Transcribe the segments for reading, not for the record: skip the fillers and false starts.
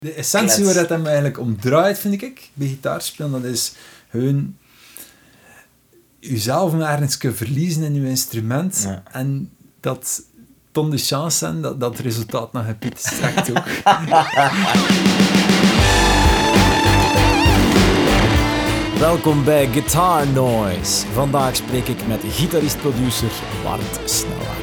De essentie waar het hem eigenlijk om draait, vind ik, bij gitaarspelen, dat is gewoon jezelf ergens kunnen verliezen in je instrument en dat ton de chance zijn dat het resultaat naar Piet strekt ook. Welkom bij Guitar Noise. Vandaag spreek ik met gitarist-producer Wart Snelhart.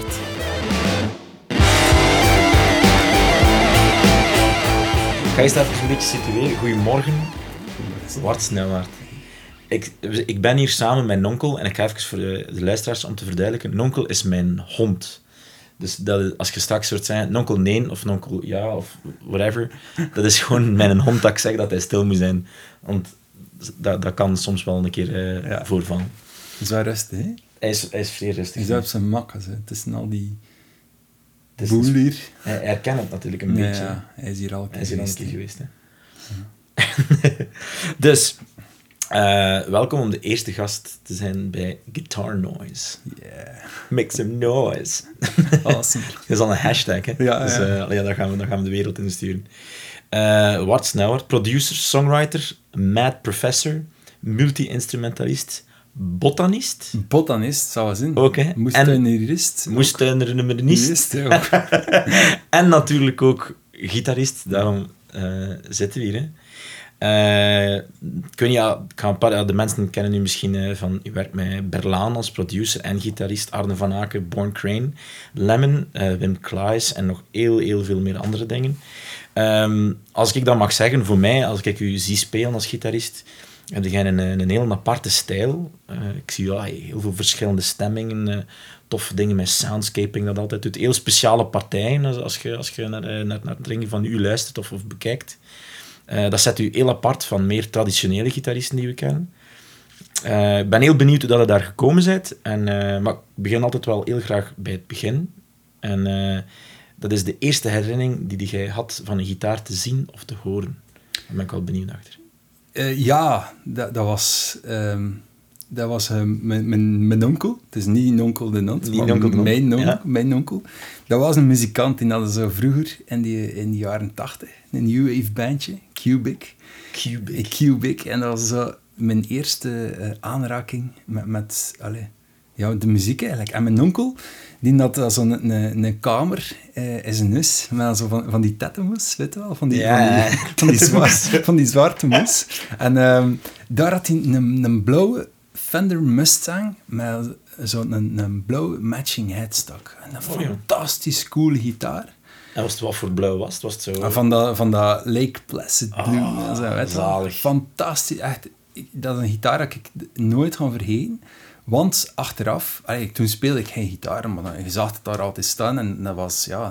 Ga je even een beetje situeren? Goedemorgen, Wart Snelhart. Ik ben hier samen met Nonkel en ik ga even voor de luisteraars om te verduidelijken. Nonkel is mijn hond. Dus dat is, als je straks hoort zeggen, Nonkel nee of Nonkel ja of whatever, dat is gewoon mijn hond dat ik zeg dat hij stil moet zijn. Want dat kan soms wel een keer voorvallen. Dat is wel rustig, hè? Hij is vrij rustig. Hij is op zijn mak, tussen al die boel hier. Hij herkent het natuurlijk een beetje. Ja, hij is hier al een keer geweest. Hè? Ja. Dus, welkom om de eerste gast te zijn bij Guitar Noise. Yeah. Make some noise. Awesome. Dat is al een hashtag, hè? Ja, dus, daar gaan we de wereld in sturen. Wart Snelhart, producer, songwriter, mad professor, multi-instrumentalist, botanist. Botanist, zou wel zijn. Ook, hè? Moestuinerist. Moestuinerist. En natuurlijk ook gitarist, daarom zitten we hier, hè. Ik weet niet, de mensen kennen u misschien van uw werk met Berlaan als producer en gitarist, Arne van Aken, Born Crane, Lemon, Wim Klaes en nog heel veel meer andere dingen. Als ik dat mag zeggen, voor mij, als ik u zie spelen als gitarist, heb je een heel aparte stijl. Ik zie heel veel verschillende stemmingen, toffe dingen met soundscaping, dat altijd doet. Heel speciale partijen, als je naar het dingen van u luistert of bekijkt. Dat zet u heel apart van meer traditionele gitaristen die we kennen. Ik ben heel benieuwd hoe dat je daar gekomen bent. Maar ik begin altijd wel heel graag bij het begin. En dat is de eerste herinnering die jij had van een gitaar te zien of te horen. Daar ben ik wel benieuwd achter. Dat was mijn onkel. Het is niet onkel de Nant, maar mijn onkel. Dat was een muzikant, die hadden zo vroeger in de jaren 80 een new wave bandje, Cubic. En dat was zo mijn eerste aanraking met de muziek eigenlijk. En mijn onkel, die had zo'n kamer in zijn huis, met zo van die tettenmoes, weet je wel? Van die zwarte moes. En daar had hij een blauwe Fender Mustang met zo'n blauwe matching headstock. En een fantastisch coole gitaar. En wat voor blauw was het? Was het zo? Van dat Lake Placid Blue. Zalig. Fantastisch. Echt, dat is een gitaar dat ik nooit ga vergeten. Want achteraf, toen speelde ik geen gitaar, maar je zag het daar altijd staan en dat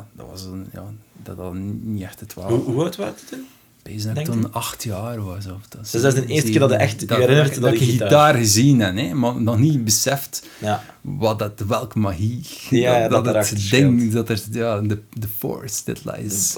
had niet echt het waar. Hoe oud was het toen? Ik denk dat ik toen 8 jaar was. Dus dat is de eerste keer dat je echt herinnert dat ik gitaar gezien heb, hè, maar nog niet beseft welke magie. Dat het ding, de force that lies.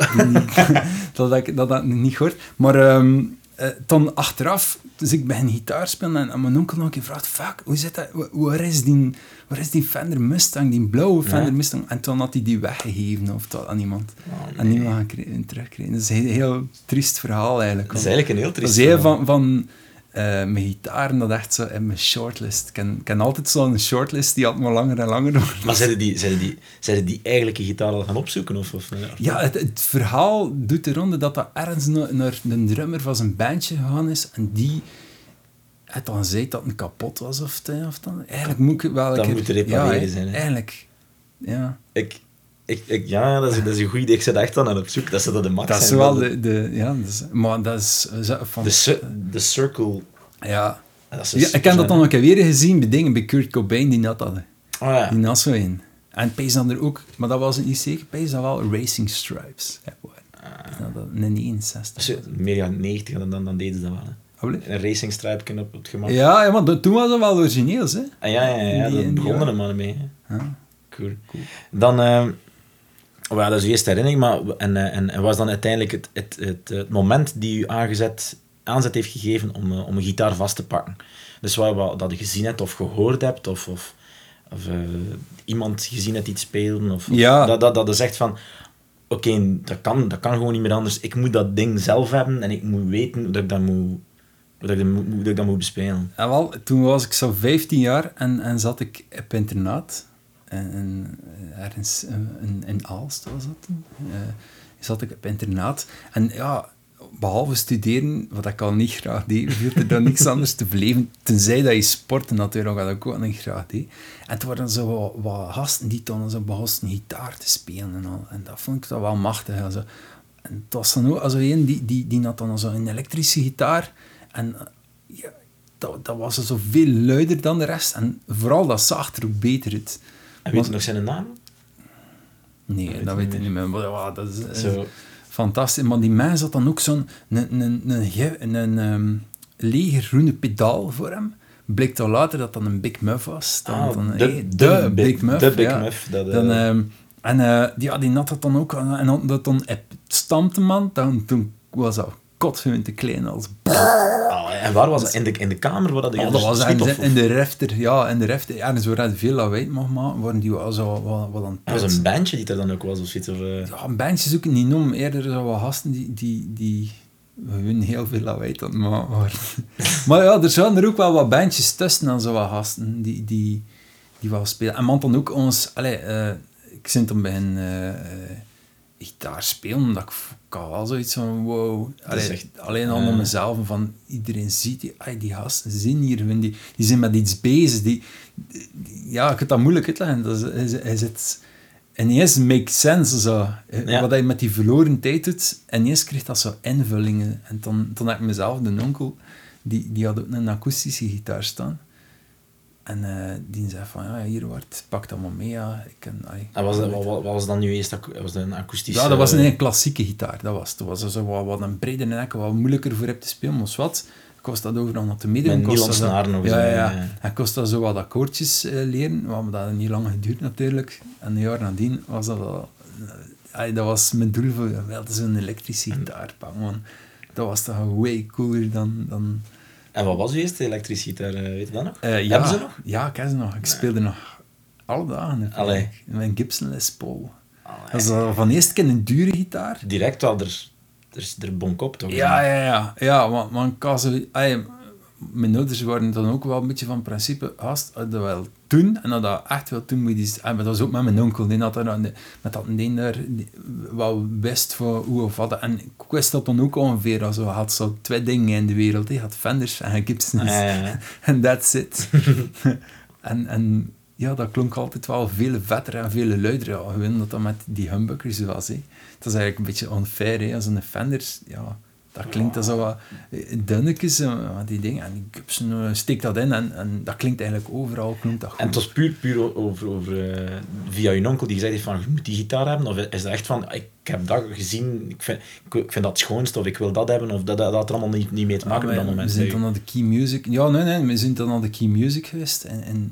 dat niet gehoord. Maar dan achteraf, dus ik begin gitaar spelen en mijn onkel nog een keer vraagt, fuck, hoe zit dat? Waar is die Fender Mustang, die blauwe Fender Mustang? En toen had hij die weggegeven of dat aan iemand. En niemand terugkregen. Dat is een heel triest verhaal eigenlijk. Dat is eigenlijk een heel triest verhaal. Van mijn gitaar, dat echt zo in mijn shortlist. Ik ken altijd zo'n shortlist die altijd maar langer en langer wordt. Maar zijn die eigenlijke gitaar al gaan opzoeken? Of ja, het verhaal doet de ronde dat ergens naar de drummer van zijn bandje gegaan is en die het dan zei dat het kapot was of dan. Eigenlijk moet ik wel... Dat moet repareren zijn. Hè? Eigenlijk, ja. Dat is een goed idee. Ik zit echt aan op zoek. Dat ze dat de max zijn. Dat is wel maar dat is... Van, de Circle... Ja. Ik heb dat dan ook weer gezien bij Kurt Cobain, die had dat. Die had zo in. En Pace dan er ook... Maar dat was het niet zeker. Pace dan wel Racing Stripes. Een 69. Meer jaren 90 dan deden ze dat wel. Hè. Een racing stripe op het gemak. Ja, maar toen was dat wel origineels, hè? Ja, dat begonnen er maar mee. Hè. Cool. Dan... dat is de eerste herinnering, maar... En was dan uiteindelijk het moment die u aanzet heeft gegeven om een gitaar vast te pakken? Dus wat dat je gezien hebt of gehoord hebt, of iemand gezien hebt iets spelen, dat is echt van... oké, dat kan gewoon niet meer anders. Ik moet dat ding zelf hebben en ik moet weten hoe ik dat moet bespelen. En wel, toen was ik zo 15 jaar en zat ik op internaat. En ergens in Aalst was dat toen. Zat ik op internaat. En ja, behalve studeren, wat ik al niet graag deed, viel er dan niks anders te beleven. Tenzij dat je sporten natuurlijk, wat ik ook niet graag deed. En toen waren er zo wat gasten die dan zo begonnen gitaar te spelen en al. En dat vond ik toch wel machtig. Also. En het was dan ook also een die had dan zo een elektrische gitaar. En ja, dat was zo veel luider dan de rest. En vooral dat zag er ook beter uit. En weet je nog zijn naam? Nee, dat weet ik niet meer. Maar, dat is zo fantastisch. Maar die mens had dan ook zo'n lege groene pedaal voor hem. Bleek al later dat dat een Big Muff was. De Big Muff. De Big ja. Muff. Die had dat dan ook. En dat dan stampte man. Toen was dat kotsend te klein als... En waar was dat? In de kamer? Waar dat was in de refter. Ja, in de refter. Ergens waar hij veel lawaai mag maken, waren die wel zo wat aan het... Was een bandje die er dan ook was of zoiets? Ja, een bandje zoek ik niet om. Eerder zo wat gasten die hun heel veel lawaai aan het maken waren. Maar ja, er zijn er ook wel wat bandjes tussen dan zo wat gasten die wel spelen. En man dan ook ons... ik zit dan bij een gitaar spelen, omdat ik had wel zoiets van wow. Alleen al naar mezelf, van iedereen ziet die gasten zijn hier, die zijn met iets bezig. Ja, ik kan dat moeilijk uitleggen. Hij zit... En ineens makes sense, zo. Ja. Wat hij met die verloren tijd doet, en ineens kreeg dat zo invullingen. En toen had ik mezelf, de onkel, die had ook een akoestische gitaar staan. En die zei van, ja, hier wordt, pak dat maar mee. Ja. En wat was dan nu eerst? Was dat een akoestische... Ja, dat was een klassieke gitaar. Dat was zo wat een breder nek, wat moeilijker voor hem te spelen. Maar wat, kost dat overal naar te midden. Met nylonsnaren of zo. Ja. En kost dat zo wat akkoordjes leren. Maar dat had niet lang geduurd natuurlijk. En een jaar nadien was dat wel... dat was mijn doel voor, wel, dat is een elektrische gitaar. Man. Dat was toch way cooler dan... En wat was uw eerste elektrische gitaar? Weet je dat nog? Hebben ze nog? Ja, ik heb ze nog. Ik speelde nog alle dagen. Mijn Gibson Les Paul. Dat is van eerst keer een dure gitaar. Direct wel, er is er bonk op, toch? Ja, want mijn ouders waren dan ook wel een beetje van principe, dat wel toen, en dat echt wel toen moet je... Maar dat was ook met mijn onkel, die had daar met dat ding daar wel wist van hoe of wat. En ik wist dat dan ook ongeveer, also, hij had zo 2 dingen in de wereld, hij had Fenders en Gibsons. En that's it. en ja, dat klonk altijd wel veel vetter en veel luider. Ja, gewoon dat met die humbuckers was. Hè. Dat is eigenlijk een beetje unfair. Hè. Als een Fenders, ja, dat klinkt als zo wat dunnetjes, die dingen. En die Gibson steekt dat in en dat klinkt eigenlijk overal. Klinkt dat goed. En het was puur over via je onkel die gezegd heeft van, je moet die gitaar hebben? Of is het echt van, ik heb dat gezien, ik vind dat het schoonste, of ik wil dat hebben, of dat had er allemaal niet mee te maken op dat moment? We zijn dan naar de Key Music... Ja, nee, we zijn dan naar de Key Music geweest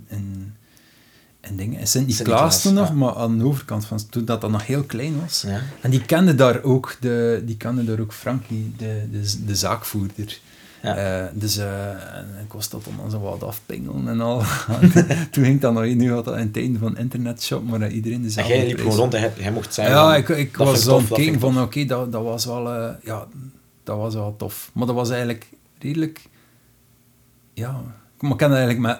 en dingen. En Sint-Niklaas toen nog, maar aan de overkant van toen dat nog heel klein was. Ja. En die kende daar ook Frankie, de zaakvoerder. Ja. Dus ik was dat dan zo wat afpingelen en al. Toen ging dat nog, nu had dat aan het einde van internetshop, maar iedereen dezelfde prijs. En jij liep gewoon rond en jij mocht zijn. Ja, ik was zo aan het kijken van oké, dat was wel, dat was wel tof. Maar dat was eigenlijk redelijk, ja, maar ik ken dat eigenlijk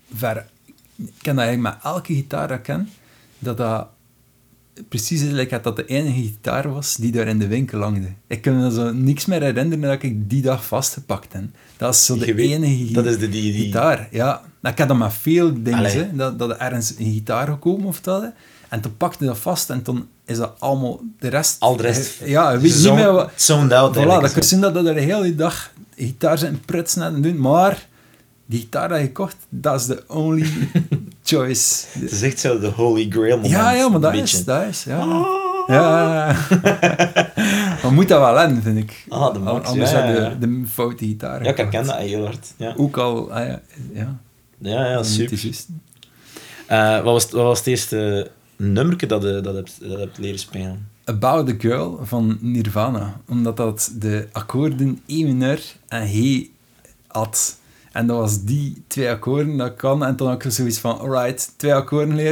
met elke gitaar dat ik ken, dat precies like dat de enige gitaar was die daar in de winkel hangde. Ik kan me zo niks meer herinneren dat ik die dag vastgepakt heb. Dat is zo de enige dat is die gitaar. Ja. Ik heb dat met veel dingen, dat er ergens een gitaar gekomen of dat. En toen pakte dat vast en toen is dat allemaal de rest... Al de rest. Ja, weet niet meer wat... Zoned out. Voilà, dat kan zien dat er de hele dag gitaar zijn prutsen en doen, maar... Die gitaar dat je kocht, dat is de only choice. Het is echt zo de holy grail moment. Ja, maar dat is, ja. Oh. Ja. Maar moet dat wel hebben, vind ik. De max, anders heb je de foute gitaar. Ja, ik herken dat heel hard. Ja. Ook al, Ja, super. Wat was het eerste nummerke dat je hebt leren spelen? About the Girl van Nirvana. Omdat dat de akkoorden E mineur en G had. En dat was die 2 akkoorden dat kan. En toen had ik zoiets van, alright, 2 akkoorden leert,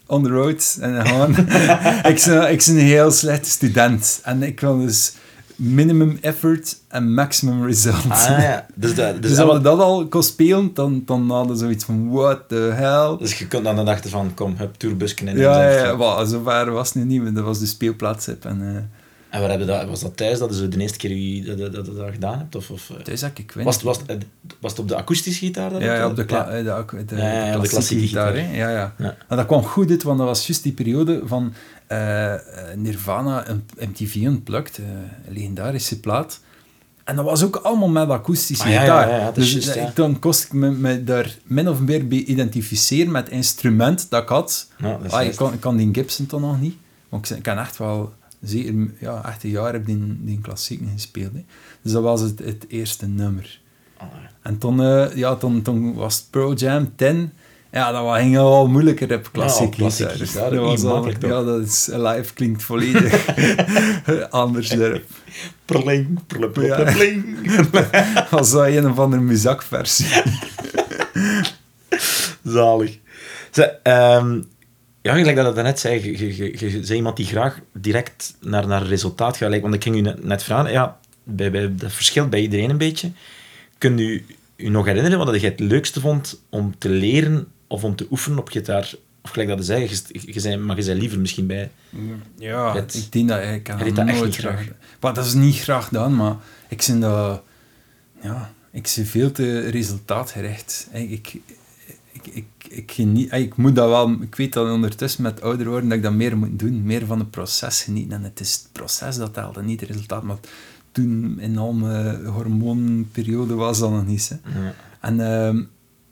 on the road. En gewoon... ik ben een heel slechte student. En ik wil dus minimum effort en maximum result. Ja. Dus als dat al kon spelen, dan hadden ze zoiets van, what the hell? Dus je kunt dan de dachten van, kom, hup, tourbusken in. Ja, zover was het nu niet, maar dat was de speelplaats. En waar heb je dat, was dat thuis dat je de eerste keer dat gedaan hebt? Of, thuis heb ik was het op de akoestische gitaar? Op de klassieke gitaar. Ja. En dat kwam goed uit, want dat was juist die periode van Nirvana, MTV Unplugged, een legendarische plaat. En dat was ook allemaal met akoestische gitaar. Ja, dus dan kost ik me daar min of meer bij identificeren met het instrument dat ik had. Ja, ik kan die Gibson toch nog niet. Want ik kan echt wel... Zeker, echt een jaar heb die klassieken gespeeld. Hè. Dus dat was het eerste nummer. En toen was het Pearl Jam 10. Ja, dat ging wel moeilijker op klassieke gitaar. Dat was makkelijk toch? Ja, dat is live klinkt volledig anders erop. Pling. Dat was wel een of andere muzakversie. Zalig. Ja, gelijk dat ik net zei, je bent iemand die graag direct naar resultaat gaat. Want ik ging u net vragen, dat verschilt bij iedereen een beetje. Kun u nog herinneren wat je het leukste vond om te leren of om te oefenen op gitaar? Of gelijk dat je zei, maar je zei liever misschien bij... Ja, ik denk dat ik kan dat nooit graag. Maar dat is niet graag gedaan, maar ik vind dat... Ja, ik zie veel te resultaatgericht. Ik moet dat wel... Ik weet dat ondertussen met ouder worden dat ik dat meer moet doen. Meer van het proces genieten. En het is het proces dat telt en niet het resultaat. Maar toen, in al mijn hormoonperiode, was dat nog niet. Hè. Ja. En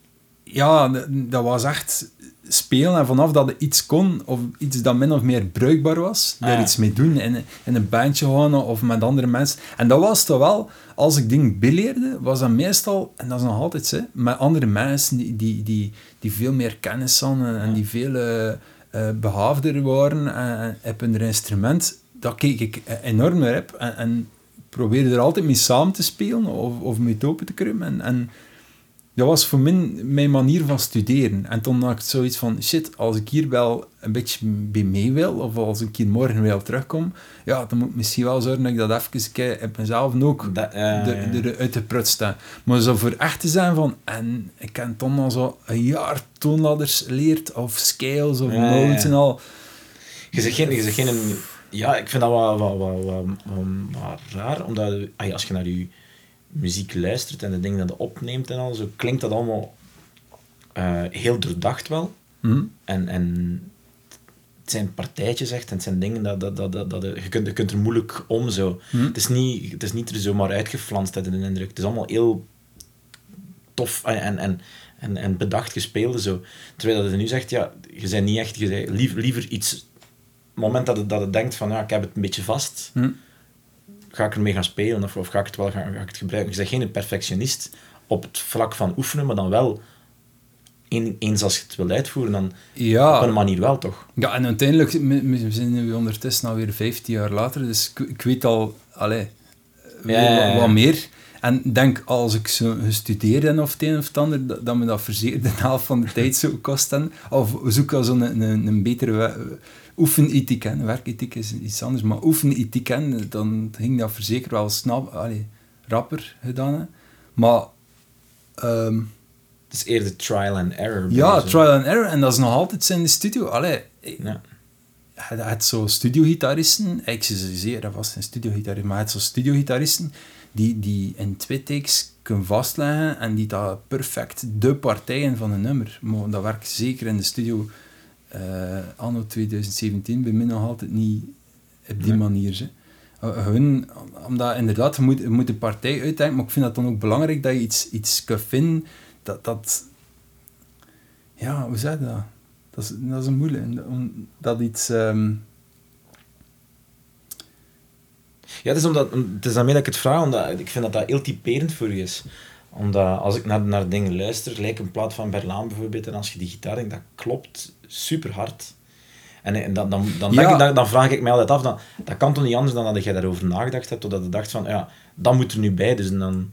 dat was echt spelen. En vanaf dat je iets kon, of iets dat min of meer bruikbaar was, daar iets mee doen. In een bandje gaan of met andere mensen. En dat was toch wel... Als ik dingen beleerde, was dat meestal, en dat is nog altijd zo, met andere mensen die veel meer kennis hadden en die veel behaafder waren op hun instrument, dat keek ik enorm naar op en probeerde er altijd mee samen te spelen of mee open te krummen. En dat was voor mij mijn manier van studeren. En toen had ik zoiets van, shit, als ik hier wel een beetje bij mee wil, of als ik hier morgen wel terugkom, ja, dan moet ik misschien wel zorgen dat ik dat even op mezelf ook uit de prut sta. Maar zo voor echt te zijn van, en ik heb toen al zo een jaar toonladders leerd, of scales, of notes en al. Je zegt geen... Ja, ik vind dat wel raar, omdat als je naar je muziek luistert en de dingen dat je opneemt en al, zo klinkt dat allemaal heel doordacht wel. Mm-hmm. En het zijn partijtjes echt, en het zijn dingen dat je kunt er moeilijk om zo. Mm-hmm. Het is niet er zomaar uitgeflanst uit een indruk. Het is allemaal heel tof en bedacht gespeeld zo. Terwijl dat je nu zegt, ja, je bent niet echt, je bent liever iets... Op het moment dat het denkt van, ja, ik heb het een beetje vast... Mm-hmm. Ga ik ermee gaan spelen of ga ik het wel ga ik het gebruiken? Je bent geen perfectionist op het vlak van oefenen, maar dan wel eens als je het wilt uitvoeren, dan op een manier wel, toch? Ja, en uiteindelijk, we zijn nu ondertussen alweer 15 jaar later, dus ik weet al wat meer. En denk, als ik zo gestudeerd heb of het een of het ander, dat me dat verzekerd de helft van de tijd zou kosten. Of zoek al zo'n betere oefenethiek, werkethiek is iets anders, maar oefenethiek, dan ging dat verzekerd wel snel, rapper gedaan. Hè. Maar... het is eerder trial and error. Ja, trial and error, en dat is nog altijd in de studio. Ja. Het zo studiogitaristen, ik zeg dat was een studiogitarist, maar het zo studiogitaristen die in 2 takes kunnen vastleggen en die dat perfect de partijen van een nummer. Maar dat werkt zeker in de studio anno 2017 bij mij nog altijd niet op die manier. Omdat inderdaad, je moet de partij uitdenken, maar ik vind dat dan ook belangrijk dat je iets kunt vinden dat ja, hoe zeg je dat? Dat is een moeilijk. Dat iets... Ja, het is daarmee dat ik het vraag, omdat ik vind dat heel typerend voor je is. Omdat als ik naar dingen luister, gelijk een plaat van Berlaan bijvoorbeeld, en als je die gitaar denkt, dat klopt super hard. En dan vraag ik mij altijd af, dat kan toch niet anders dan dat jij daarover nagedacht hebt, totdat je dacht van, ja, dat moet er nu bij, dus dan...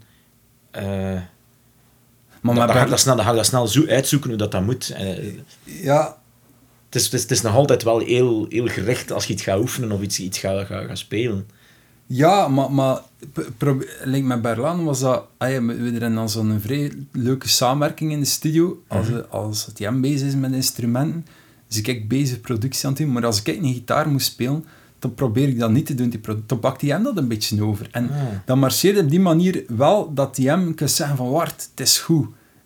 dan ga ik dat snel zo uitzoeken hoe dat moet. Ja, Het is nog altijd wel heel, heel gericht als je iets gaat oefenen of iets gaat spelen. Ja, maar like met Berlan was dat... we hadden dan zo'n vrij leuke samenwerking in de studio. Als het Jem bezig is met instrumenten, dus ik bezig productie aan het doen. Maar als ik een gitaar moest spelen, dan probeer ik dat niet te doen. Dan pakt die hem dat een beetje over. En dan marcheerde op die manier wel dat die hem kan zeggen van... Wart, het is goed.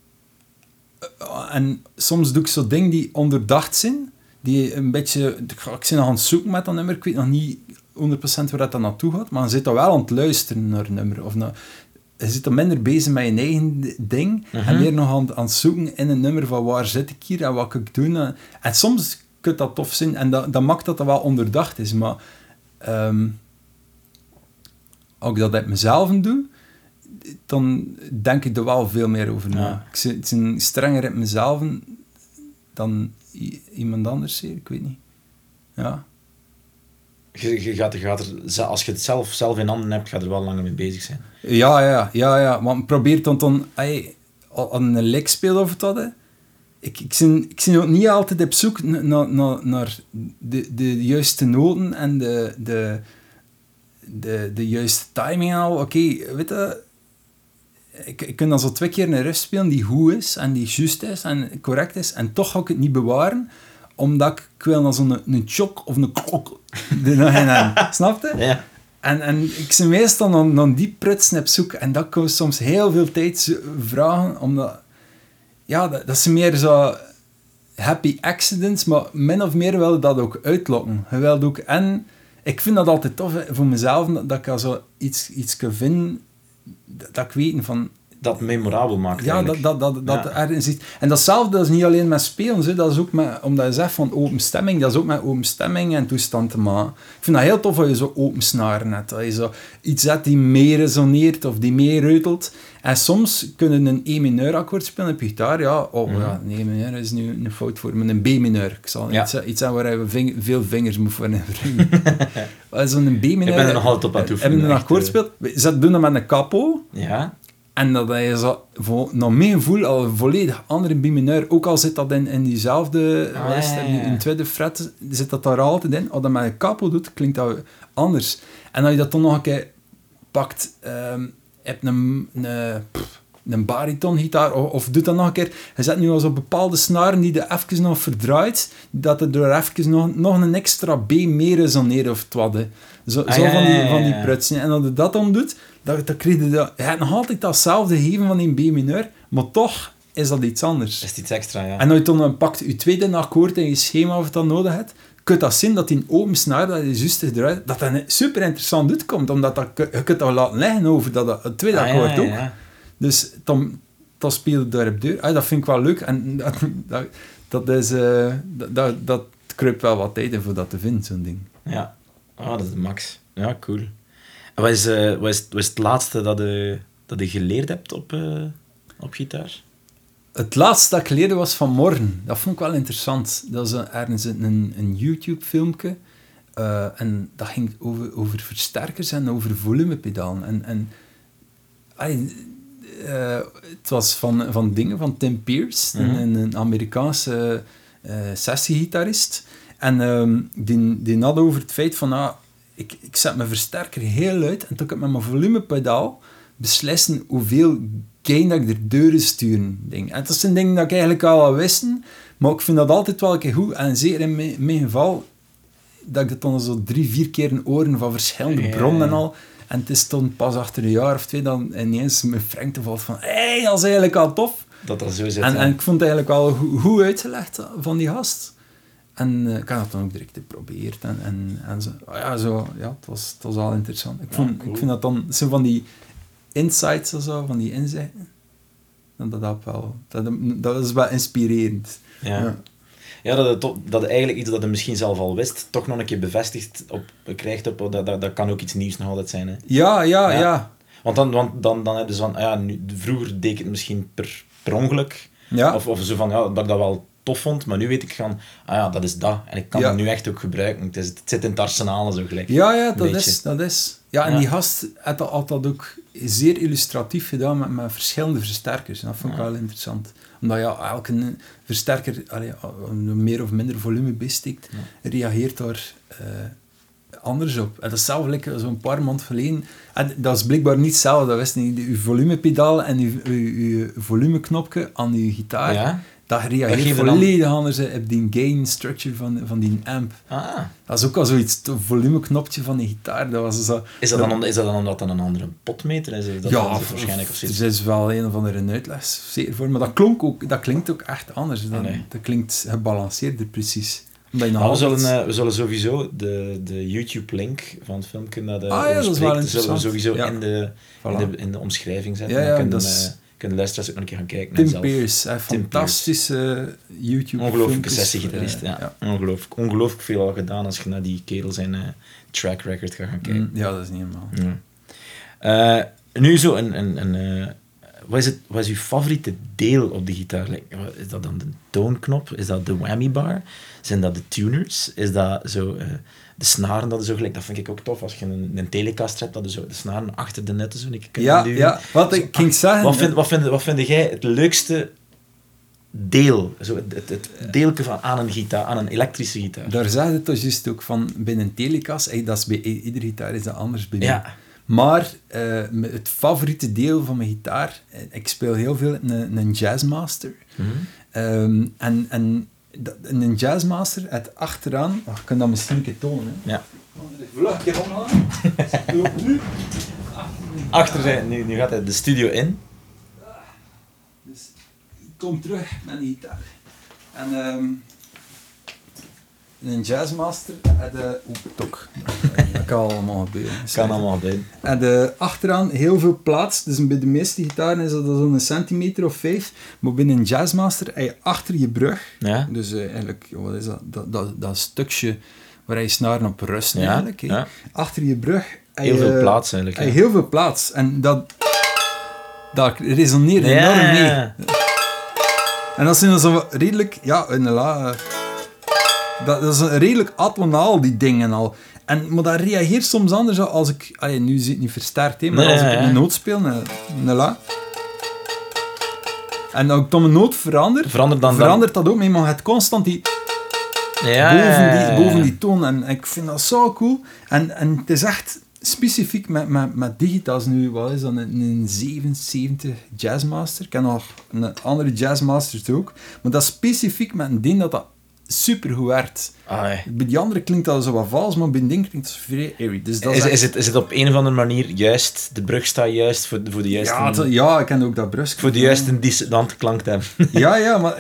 En soms doe ik zo dingen die onderdacht zijn. Die een beetje... Ik ben nog aan het zoeken met dat nummer. Ik weet nog niet 100% waar dat naartoe gaat. Maar je zit dan wel aan het luisteren naar een nummer. Je zit dan minder bezig met je eigen ding. En meer nog aan het zoeken in een nummer van waar zit ik hier en wat kan ik doen. En soms kan dat tof zijn. En dat maakt dat wel onderdacht is. Maar als ik dat uit mezelf doe, dan denk ik er wel veel meer over na. Ik ben strenger uit mezelf dan iemand anders, ik weet niet. Ja. Je gaat er, als je het zelf in handen hebt, ga je er wel langer mee bezig zijn. Ja. Maar probeer dan aan een lik spelen of wat. Ik ben ook niet altijd op zoek naar de juiste noten en de juiste timing en al. Oké, weet je... Ik kan dan zo 2 keer een riff spelen die goed is en die juist is en correct is en toch ga ik het niet bewaren omdat ik wil dan zo'n chok of een klok er nog in hebben. Snap je? Ja. En ik ben meestal naar die prutsen op zoek en dat kan soms heel veel tijd vragen omdat... Ja, dat zijn meer zo happy accidents, maar min of meer wil je dat ook uitlokken. Je wilt ook... En ik vind dat altijd tof voor mezelf, dat ik al zo iets kan vinden dat ik weet van... Dat memorabel maakt. Ja, dat ergens zit. En datzelfde is niet alleen met spelen, dat is ook met... Omdat je zegt van open stemming, dat is ook met open stemming en toestanden maken. Ik vind dat heel tof als je zo open snaren hebt. Dat je zo iets hebt die meer resoneert of die meer reutelt. En soms kunnen een E mineur akkoord spelen op je gitaar. Ja, een E mineur is nu een fout voor me. Een B mineur. Ik zal iets zeggen waar je veel vingers moet voor wringen. Zo'n B mineur... Ik ben er nog altijd op aan het oefenen. Hebben een akkoord speelt. Ze doen dat met een capo. Ja. En dat je zo, naar mijn gevoel, al een volledig andere B-mineur, ook al zit dat in diezelfde, in tweede fret, zit dat daar altijd in. Als dat met een capo doet, klinkt dat anders. En als je dat dan nog een keer pakt, heb een baritongitaar, of doet dat nog een keer, je zet nu al zo bepaalde snaren die je even nog verdraait, dat er door even nog een extra B meer resoneert of wat. Zo van die prutsen. En als je dat dan doet, dan krijg je dat... Je hebt nog altijd datzelfde geven van die B-mineur, maar toch is dat iets anders. Is iets extra, ja. En als je dan pakt je tweede akkoord in je schema of je dat nodig hebt, kun je dat zien dat die open snaar, dat je juist eruit, dat super interessant uitkomt, omdat je kunt dat laten liggen over dat tweede akkoord ook. Ja. Dus dan speel je daar op deur. Dat vind ik wel leuk. En dat kruipt wel wat tijd in voor dat te vinden, zo'n ding. Ja. Dat is de max. Ja, cool. En wat is het laatste dat je geleerd hebt op gitaar? Het laatste dat ik leerde was vanmorgen. Dat vond ik wel interessant. Dat was ergens een YouTube-filmpje. En dat ging over versterkers en over volumepedalen. Het was van dingen van Tim Pierce, een Amerikaanse sessiegitarist. En die had over het feit van... Ik zet mijn versterker heel luid en toen kan ik met mijn volumepedaal beslissen hoeveel gain dat ik er deuren sturen. En dat is een ding dat ik eigenlijk al wist, maar ik vind dat altijd wel een keer goed. En zeker in mijn geval, dat ik dat dan zo 3-4 keer horen van verschillende bronnen en al. En het is dan pas achter een jaar of 2 dan ineens mijn Frank valt van dat is eigenlijk al tof. Dat zo zit. En ik vond het eigenlijk wel goed uitgelegd van die gast. En ik had dat dan ook direct geprobeerd. En zo. Het was wel interessant. Ik vind dat dan... Het zijn van die insights of zo, van die inzichten. Dat is wel inspirerend. Ja, dat eigenlijk iets dat je misschien zelf al wist, toch nog een keer bevestigd krijgt. Dat kan ook iets nieuws nog altijd zijn. Hè? Ja. Want dan heb je zo van... vroeger deed ik het misschien per ongeluk. Ja. Of zo van, dat ik dat wel tof vond, maar nu weet ik van, dat is dat. En ik kan het nu echt ook gebruiken. Het zit in het arsenaal zo gelijk. Ja, dat is. Ja, en die gast had dat ook zeer illustratief gedaan met verschillende versterkers. En dat vond ik wel interessant. Omdat elke versterker meer of minder volume besteekt, reageert daar anders op. En dat is zelf zo'n paar maanden geleden. En dat is blijkbaar niet hetzelfde. Dat is niet uw volumepedaal en uw volumeknopje aan uw gitaar. Ja? Dat reageert volledig anders op die gain structure van die amp. Ah. Dat is ook al zoiets, het volumeknopje van die gitaar. Dat was zo, is dat dan omdat dat een andere potmeter is? Dat waarschijnlijk of zoiets? Er is wel een of andere uitleg, zeker voor. Maar dat klinkt ook echt anders. Dat klinkt gebalanceerder, precies. We zullen sowieso de YouTube-link van het filmpje naar de zullen we sowieso in de omschrijving zetten. Ja, dan kunnen de luisteraars ook nog een keer gaan kijken. Tim Pierce, fantastische YouTube. Ongelooflijke sessiegitarist. Ongelooflijk veel al gedaan als je naar die kerel zijn track record gaat gaan kijken. Ja, dat is niet helemaal. Nu zo wat is uw favoriete deel op de gitaar? Is dat dan de toonknop? Is dat de whammy bar? Zijn dat de tuners? Is dat zo de snaren? Dat vind ik ook tof. Als je een Telecaster hebt, dat je zo de snaren achter de netten zo kunnen duwen. Ja, wat ik ging zeggen... Wat vind jij het leukste deel? Zo het deeltje aan een gitaar, aan een elektrische gitaar? Daar zeg je toch juist ook van, binnen een Telecaster, dat is bij iedere gitaar is dat anders bij ja. Maar het favoriete deel van mijn gitaar, ik speel heel veel een Jazzmaster. Mm-hmm. En een Jazzmaster, het achteraan, ik kan dat misschien een keer tonen. Hè. Ja. Vlug een keer omgaan. Nu. Nu gaat hij de studio in. Dus ik kom terug met die gitaar. En een Jazzmaster tok. Dat kan allemaal gebeuren. En achteraan heel veel plaats. Dus bij de meeste gitaren is dat zo'n centimeter of 5. Maar binnen een Jazzmaster heb je achter je brug. Ja. Dus eigenlijk, wat is dat stukje waar je snaren op rusten eigenlijk. Ja. Achter je brug heel veel plaats eigenlijk. Heel veel plaats. En dat resoneert enorm mee. En dat zijn dan zo redelijk, dat is redelijk atonaal, die dingen al. Maar dat reageert soms anders als ik... nu zit het niet versterkt, maar als ik een noot speel, een la... En als ik dan een noot verandert dat ook mee, maar het constant die... boven die toon. En ik vind dat zo cool. En het is echt specifiek met digitaals nu. Wat is dat? Een 77 Jazzmaster. Ik ken nog een andere Jazzmasters ook. Maar dat is specifiek met een ding dat supergoed werkt. Bij die andere klinkt dat zo wat vals, maar bij een ding klinkt het vrij airy. Dus dat is het op een of andere manier juist, de brug staat juist voor de juiste... Ja, ik ken ook dat brug. Voor de juiste dissonante klank te hebben. Ja, maar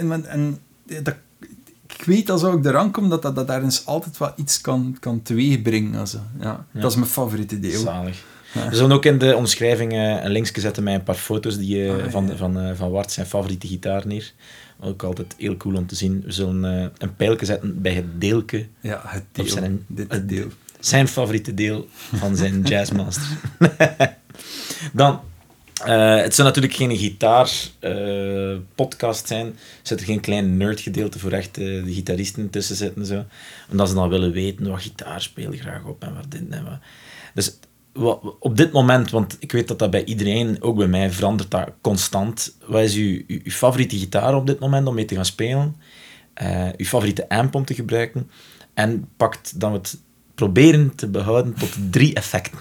ik weet als ik eraan kom dat ergens altijd wel iets kan teweegbrengen. Also. Ja. Dat is mijn favoriete deel. Zalig. Ja. We zullen ook in de omschrijving een linkje zetten met een paar foto's van Wart, zijn favoriete gitaar neer. Ook altijd heel cool om te zien. We zullen een pijlje zetten bij het deelke. Ja, het deel. Dit deel. Zijn favoriete deel van zijn Jazzmaster. Dan, het zou natuurlijk geen gitaar-podcast zijn. Er zit er geen klein nerdgedeelte voor echt de gitaristen tussen zitten. Zo. Omdat ze dan willen weten wat gitaar speel je graag op en waar dit en wat. Dus op dit moment, want ik weet dat bij iedereen, ook bij mij, verandert dat constant. Wat is uw favoriete gitaar op dit moment om mee te gaan spelen? Uw favoriete amp om te gebruiken? En pakt dan het proberen te behouden tot 3 effecten.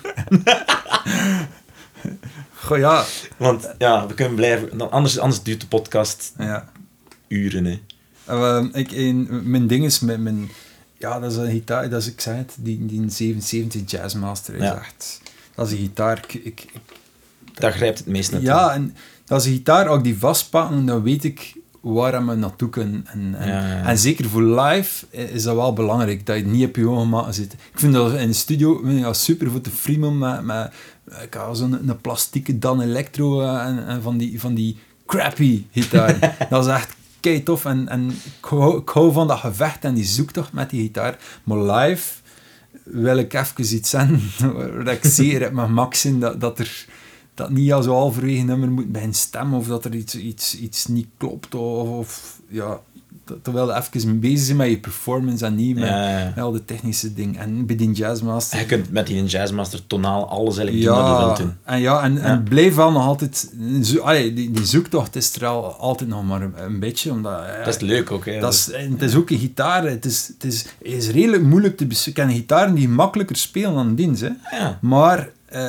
Goh, ja. Want we kunnen blijven... Anders duurt de podcast uren. Mijn ding is met mijn... Ja, dat is een gitaar, dat is, ik zei het, die 77 Jazzmaster is echt... Dat is een gitaar... Daar grijpt het meest naartoe. Ja, en dat is een gitaar, als ik die vastpakken, dan weet ik waar we naartoe kunnen. En zeker voor live is dat wel belangrijk, dat je niet op je ogen zit. Ik vind dat in de studio super voor te friemelen met ik had zo'n plastieke Dan Electro en van die crappy gitaar. Dat is echt kei tof en ik hou van dat gevecht en die zoektocht met die gitaar. Maar live wil ik even iets zijn waar ik zeer op mijn max in dat niet al zo halverwege nummer moet bij een stem of dat er iets niet klopt of terwijl je even bezig bent met je performance en niet met al de technische dingen. En bij die Jazzmaster... Je kunt met die Jazzmaster tonaal alles eigenlijk doen wat je wilt doen. En blijf wel nog altijd... Die zoektocht is er altijd nog maar een beetje, omdat... dat is leuk ook, hè. Het is ook een gitaar. Het is redelijk moeilijk te besturen. Ik ken gitaren die makkelijker spelen dan dienst, hè. Ja. Maar...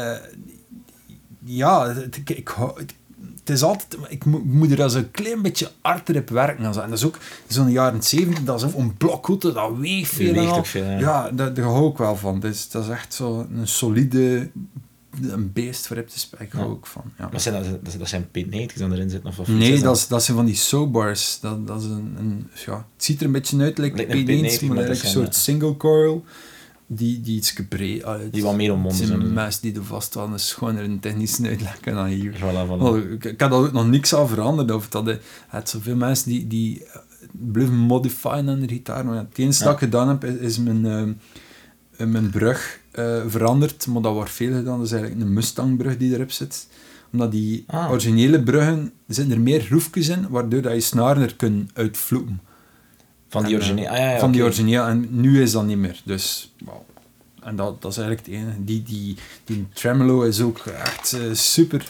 het is altijd... Ik moet er als een klein beetje harder op werken. En dat is ook zo'n jaren 70, dat is ook een blokhoete, dat weegt veel. Weegt ook veel, ja. Daar hou ik wel van. Dus dat is echt zo een solide... Een beest voor op te spelen. Ik hou ook van. Ja. Maar dat zijn P90's dan erin zitten? Of nee, dat zijn van die soundbars. Dat is het ziet er een beetje uit, like P90's, maar een soort single coil. Die iets breed... die wat meer omwonden zijn. Die mensen die er vast wel een schoner een technische uitleg dan hier. Voilà. Ik heb daar ook nog niks aan veranderd. Of dat het zoveel mensen die blijven modifyen aan de gitaar. Maar het enige dat ik gedaan heb, is mijn brug veranderd. Maar dat wordt veel gedaan. Dat is eigenlijk een Mustang-brug die erop zit. Omdat die originele bruggen, er zitten er meer groefjes in, waardoor dat je snaren er kunt uitvloepen. Van die originele? Van die originele. En nu is dat niet meer. Dus, wow. En dat is eigenlijk het enige. Die tremolo is ook echt super...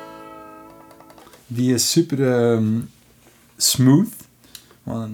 Die is super smooth. Want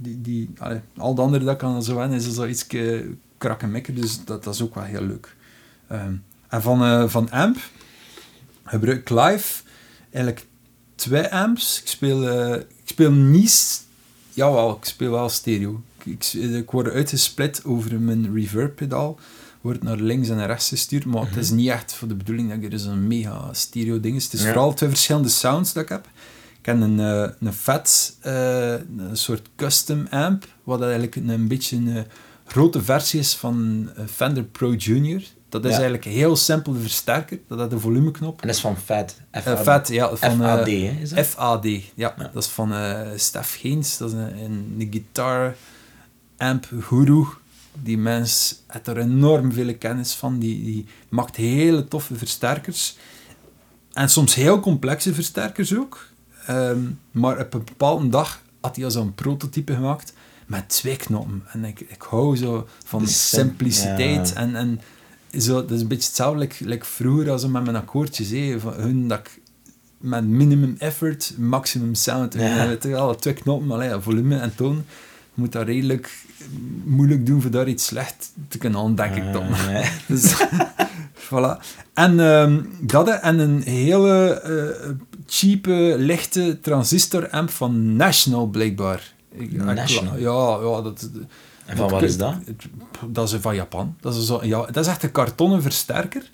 al de andere dat ik aan zo is zo iets krakkemikker. Dus dat is ook wel heel leuk. En van amp gebruik ik live eigenlijk 2 amps. Ik speel niet... Jawel, ik speel wel stereo. Ik word uitgesplit over mijn reverb-pedaal. Wordt naar links en naar rechts gestuurd, maar het is niet echt voor de bedoeling dat er zo'n mega stereo ding is. Het is vooral 2 verschillende sounds dat ik heb. Ik heb een Fat, een soort custom amp, wat eigenlijk een beetje een grote versie is van Fender Pro Junior. Dat is eigenlijk een heel simpele versterker. Dat heeft een volumeknop. En dat is van Fat. Fat, ja. Van, FAD, hè? Is dat? FAD, ja. Dat is van Stef Geens. Dat is een guitar amp guru. Die mens heeft er enorm veel kennis van. Die maakt hele toffe versterkers. En soms heel complexe versterkers ook. Maar op een bepaalde dag had hij al zo'n prototype gemaakt met 2 knoppen. En ik hou zo van de simpliciteit. Ja. En zo, dat is een beetje hetzelfde like vroeger als met mijn akkoordjes. Dat ik met minimum effort, maximum sound. Ja. 2 knoppen, volume en toon. Je moet dat redelijk moeilijk doen voor daar iets slecht te kunnen aan, denk ik dan. Ja. Dus, voilà. En dat en een hele cheape, lichte transistor amp van National, blijkbaar. National? Ja. En van waar is dat? Dat is van Japan. Dat is echt een kartonnen versterker.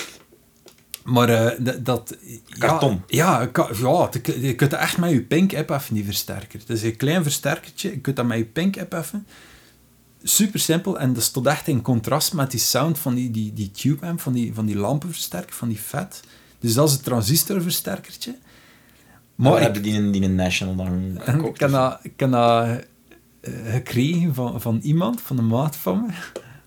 Maar dat... Karton? Ja, je kunt dat echt met je pink opheffen, die versterker. Het is een klein versterkertje, je kunt dat met je pink opheffen. Super simpel, en dat stond echt in contrast met die sound van die tube amp, van die lampenversterker, van die Fat. Dus dat is een transistorversterkertje. Maar heb je die in National dan gekookt? Ik heb dat gekregen van iemand, van een maat van me.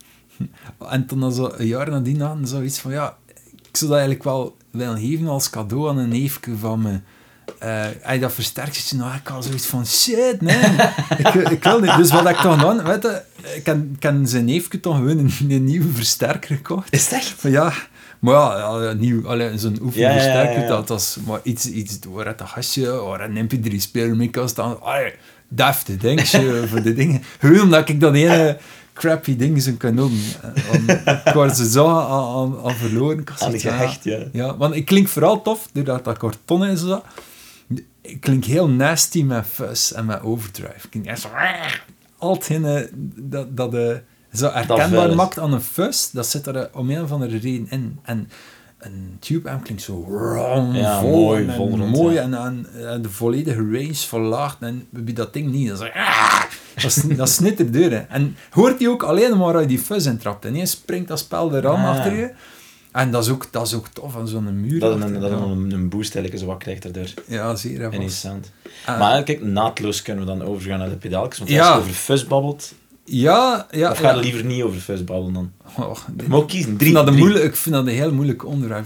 En toen zo een jaar nadien hadden zoiets van, ik zou dat eigenlijk wel willen geven als cadeau aan een neefje van me. Dat versterkertje, ik had zoiets van, shit, nee. ik wil niet. Dus wat ik toch dan, weet je, ik heb zijn neefje toch gewoon een nieuwe versterker gekocht. Is het echt? Ja, maar nieuw, zo'n oefenversterker, dat was maar iets door het gastje, waar een MP3-speler mee kan staan. Deftig dingetje voor de dingen. Gewoon omdat ik dat ene crappy dingen kan doen. Ik was ze zo aan verloren. Aan gehecht, ja. Want ik klink vooral tof, doordat dat karton is. Zo. Ik klink heel nasty met fuzz en met overdrive. Ik klink echt zo... Altijd dat zo herkenbaar maakt aan een fuzz, dat zit er om een of andere reden in. En een tube amp klinkt zo vol mooi en de volledige range verlaagd. En bij dat ding niet. Dat snit er deur. En hoort hij ook alleen maar uit die fuzz intrapt. En je springt dat spel eraan achter je. En dat is ook tof aan zo'n muur. Dat een boost eigenlijk zo wat krijgt erdoor. Ja, zeer. En die sound. Maar kijk, naadloos kunnen we dan overgaan naar de pedaaltjes. Want als je over fuzz babbelt... Ja. Of ga je liever niet over fuzz babbelen dan? Moet kiezen. Ik vind dat een heel moeilijk onderwerp.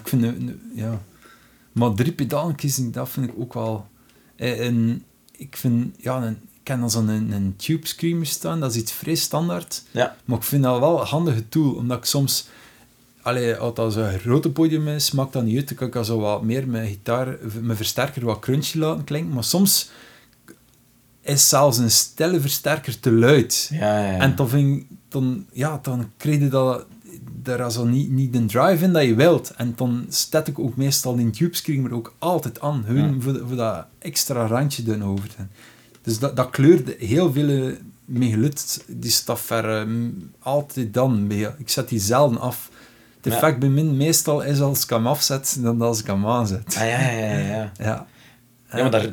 Maar 3 pedalen kiezen, dat vind ik ook wel... ik ken dan een Tube Screamer staan, dat is iets vrij standaard. Ja. Maar ik vind dat wel een handige tool, omdat ik soms... als dat zo'n grote podium is, maakt dat niet uit. Dan kan ik zo wat meer mijn gitaar, mijn versterker wat crunchy laten klinken. Maar soms is zelfs een stille versterker te luid. Ja. En dan krijg je dat... Daar is al niet de drive in dat je wilt. En dan zet ik ook meestal die Tube Screamer ook altijd aan. Gewoon voor dat extra randje doen over. Dus dat kleurt heel veel mee geluid. Die staat altijd dan bij. Ik zet die zelden af. Het effect bij mij meestal is als ik hem afzet dan als ik hem aanzet. Ja. Ja, maar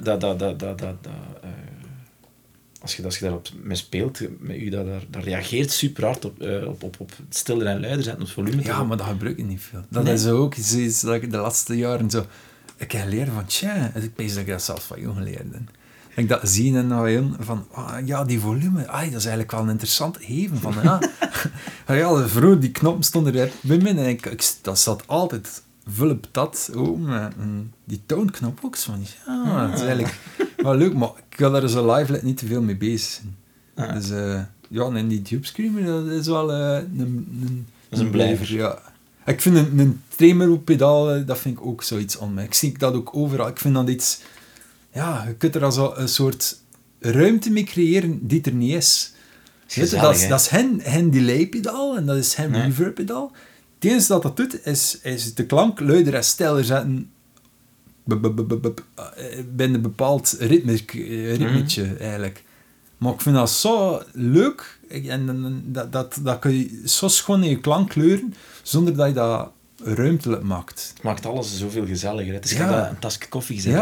als je daarop mee speelt, met u, dat reageert super hard op het stiller en luider zetten, op het volume. Ja, maar dat gebruik ik niet veel. Dat is ook iets dat ik de laatste jaren zo... Ik heb geleerd van, ik weet dat ik dat zelfs van jou geleerd heb. Ik dat zien en van, die volume, dat is eigenlijk wel een interessant geven van, vroeger die knoppen stonden er bij mij en dat zat altijd vullen patat open, die toonknop ook zo van, dat is eigenlijk wel leuk, maar ik ga daar zo live niet te veel mee bezig zijn. Dus en die Tube Screamer, dat is wel een blijver. Ja. Ik vind een tremolo pedaal, dat vind ik ook zoiets aan mij. Ik zie dat ook overal. Ik vind dat iets... Ja, je kunt er al een soort ruimte mee creëren die er niet is. Gezellig, dat is geen delay-pedaal en dat is geen reverb-pedaal. Het enige dat doet, is de klank luider en stiller zetten binnen een bepaald ritmetje, eigenlijk. Maar ik vind dat zo leuk en dat kun je zo schoon in je klank kleuren, zonder dat je dat ruimtelijk maakt. Het maakt alles zoveel gezelliger. Het is dat een tasje koffie gezet.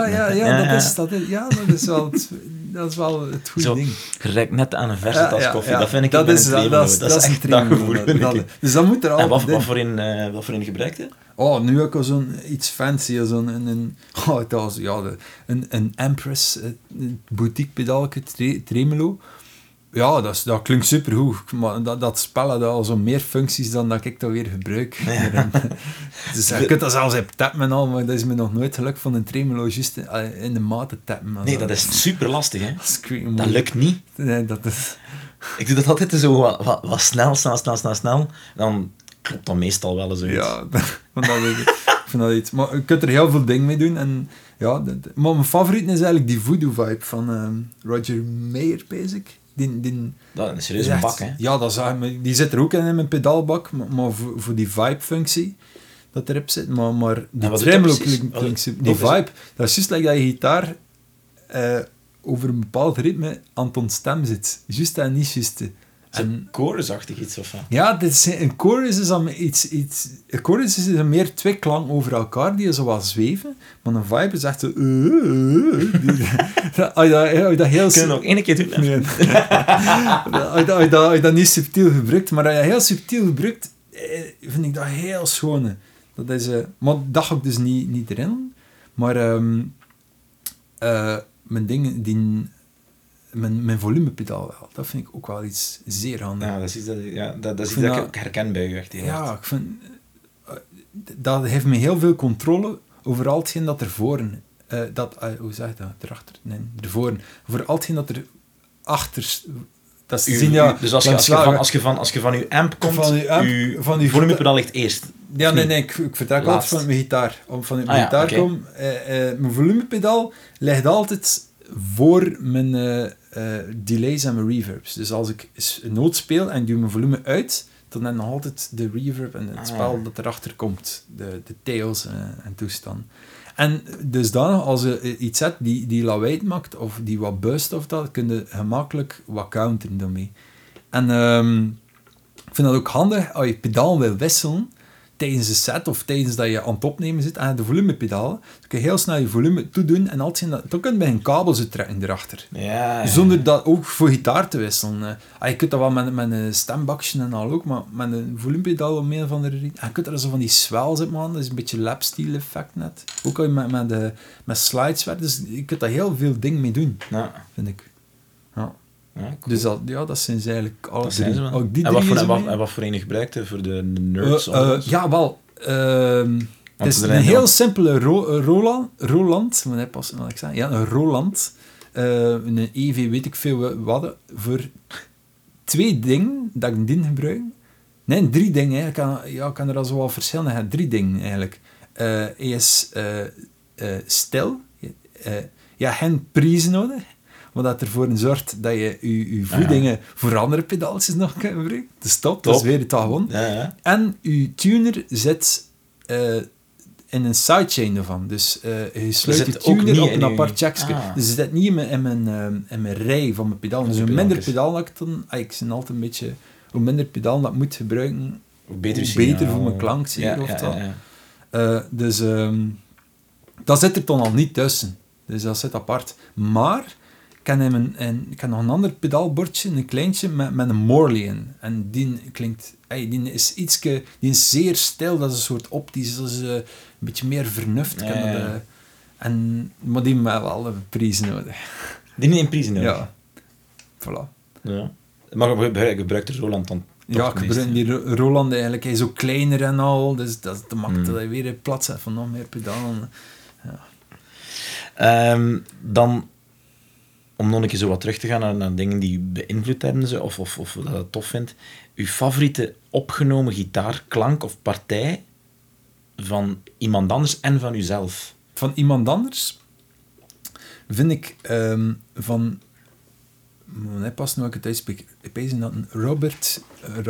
Dat is wel het goede ding. Je ruikt net aan een verse tas koffie. Dat vind ik dat is echt dat gevoel. Dus dat moet er altijd in. En wat voor een gebruikt je? Nu heb ik al zo'n iets fancy, een Empress boutique pedaaltje, tremolo. Ja, dat klinkt supergoed, maar dat spel had al zo meer functies dan dat ik dat weer gebruik. Ja. Dus je kunt dat zelfs op tappen en al, maar dat is me nog nooit gelukt van een tremolo juist in de maat te tappen. Nee, dat is super lastig, hè. Dat lukt niet. Nee, dat is... Ik doe dat altijd zo wat snel. Dan klopt dat meestal wel eens uit. Ja, ik vind dat iets. Maar je kunt er heel veel dingen mee doen. En, maar mijn favoriet is eigenlijk die Voodoo Vibe van Roger Mayer, basic. Dat is een serieuze bak, hè? Ja, die zit er ook in mijn pedaalbak, maar voor die vibe-functie dat erop zit. Maar die tremolo-functie, die vibe, dat is juist like dat je gitaar over een bepaald ritme aan ton stem zit. Juist en niet juist. Een chorusachtig iets of wat? Ja, een chorus is dan iets... Een chorus is dan meer twee klanken over elkaar die zo wat zweven, maar een vibe is echt zo... dat heel... Kunnen we nog één keer doen? Nee. Als je dat niet subtiel gebruikt, maar als je heel subtiel gebruikt, vind ik dat heel schoon. Dat is... maar dat ga ik dus niet erin. Maar mijn dingen... Mijn volumepedaal wel. Dat vind ik ook wel iets zeer handig. Ja, dat is iets dat ik herken bij u echt heel hard. Ik vind... dat heeft me heel veel controle over al hetgeen dat ervoor... hoe zeg je dat? Erachter? Nee, ervoor. Over al hetgeen dat er achter... Dat is dus als je van je amp komt, van uw volumepedaal ligt eerst? Ja, nee, ik vertrek altijd van mijn gitaar. Om mijn gitaar kom... mijn volumepedaal ligt altijd voor mijn delays en mijn reverbs. Dus als ik een noot speel en duw mijn volume uit, dan heb ik nog altijd de reverb en het spel dat erachter komt. De tails en toestand. En dus dan, als je iets hebt die lawaai maakt, of die wat buist of dat, kun je gemakkelijk wat counteren daarmee. En ik vind dat ook handig, als je pedaal wil wisselen, tijdens de set of tijdens dat je aan het opnemen zit en de volumepedaal, dan kun je heel snel je volume toedoen en dan kun je bij een kabel zo trekken erachter. Ja. Zonder dat ook voor gitaar te wisselen. Je kunt dat wel met een stembakje en al ook, maar met een volumepedaal om een of andere reden. Je kunt er zo van die swells op maken, dat is een beetje lapsteel effect net. Ook als je met slides werkt, dus je kunt daar heel veel dingen mee doen, vind ik. Ja. Ja, cool. Dus dat zijn ze eigenlijk alle drie. En wat voor een gebruikte voor de nerds? Het is een heel simpele Roland. Moet ik pas wat ik zeg? Ja, een Roland een EV weet ik veel wat, voor 2 dingen dat ik die gebruik. Nee, 3 dingen. Ik kan er al zo wel verschillende hebben. 3 dingen eigenlijk. Hij is stil. Je hebt geen prijzen nodig. Wat dat ervoor zorgt dat je je voedingen voor andere pedaaltjes nog kan gebruiken. Dus top. Dat is weer het al gewoon. Ja. En je tuner zit in een sidechain ervan. Dus je sluit je tuner op een apart jackje. Dus je zit niet in mijn rij van mijn pedaal. Dus hoe minder pedaal ik dan... Ik ben altijd een beetje... Hoe minder pedaal dat ik moet gebruiken, hoe beter voor mijn klank. Dus dat zit er dan al niet tussen. Dus dat zit apart. Maar ik heb nog een ander pedaalbordje, een kleintje, met een Morley in. En die klinkt... die is zeer stil, dat is een soort optisch, dat is een beetje meer vernuft. Maar die heeft wel een prijs nodig. Die heeft een prijs nodig? Ja. Voilà. Ja. Maar gebruikt de Roland dan? Ja, ik gebruik die Roland eigenlijk. Hij is ook kleiner en al, dus dat maakt dat hij weer plaats heeft van nog meer pedalen. Ja. Dan... Om nog een keer zo wat terug te gaan naar dingen die u beïnvloed hebben, of dat je het tof vindt. Uw favoriete opgenomen gitaarklank of partij van iemand anders en van uzelf? Van iemand anders vind ik van... Hij past nu ook het uitspreek. Ik weet dat een Robert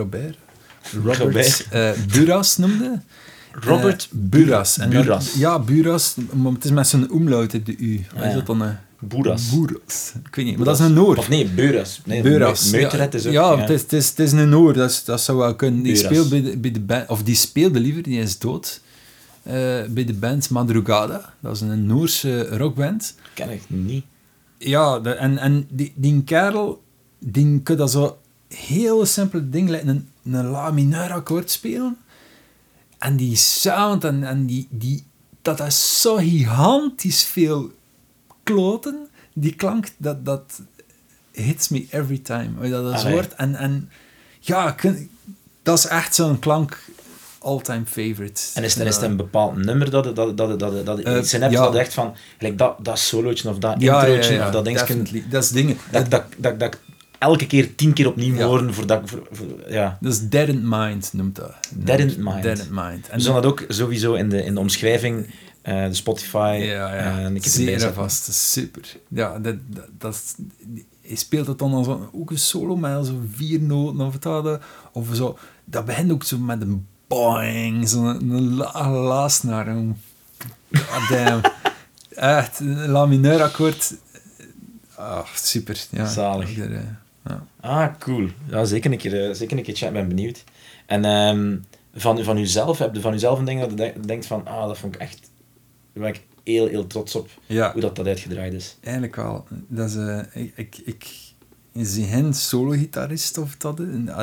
Buras noemde. Robert Buras. Buras. Ja, Buras. Maar het is met zo'n umlaut, de U. Wat is dat dan? Boeras. Ik weet niet, maar dat is een Noor. Of nee, Beuras. Nee, Beuras. Meuteret is ook... Ja, het is een Noor, dat zou wel kunnen. Die speelt bij de band, of die speelde liever, die is dood, bij de band Madrugada. Dat is een Noorse rockband. Ken ik niet. Ja, en die kerel, die kan dat zo heel simpele ding, een la mineur akkoord spelen. En die sound, en dat is zo gigantisch veel kloten, die klank, dat hits me every time. Dat woord. En ja, dat is echt zo'n klank, all-time favorite. En is er een bepaald nummer dat iets in hebt, dat echt van, like dat solootje of dat introotje of dat dingetje. Dat is dingen. Dat elke keer 10 keer opnieuw horen voordat ja. Dat is Dead Mind, noemt dat. Dead Mind. En we zullen dat ook sowieso in de omschrijving, de Spotify. Zeer vast, super. Ja, hij speelt het dan als ook een solo met zo 4 noten of zo. Dat begint ook zo met een boing, zo'n laas naar. Damn. Echt, een la mineur akkoord. Super. Ja, zalig. Cool. Ja, zeker een keer checken, ik ben benieuwd. En van uzelf, heb je van uzelf een ding dat je denkt van, dat vond ik echt, daar ben ik heel, heel trots op, hoe dat uitgedraaid is. Eigenlijk wel. Dat is, ik zie geen solo-gitarist of dat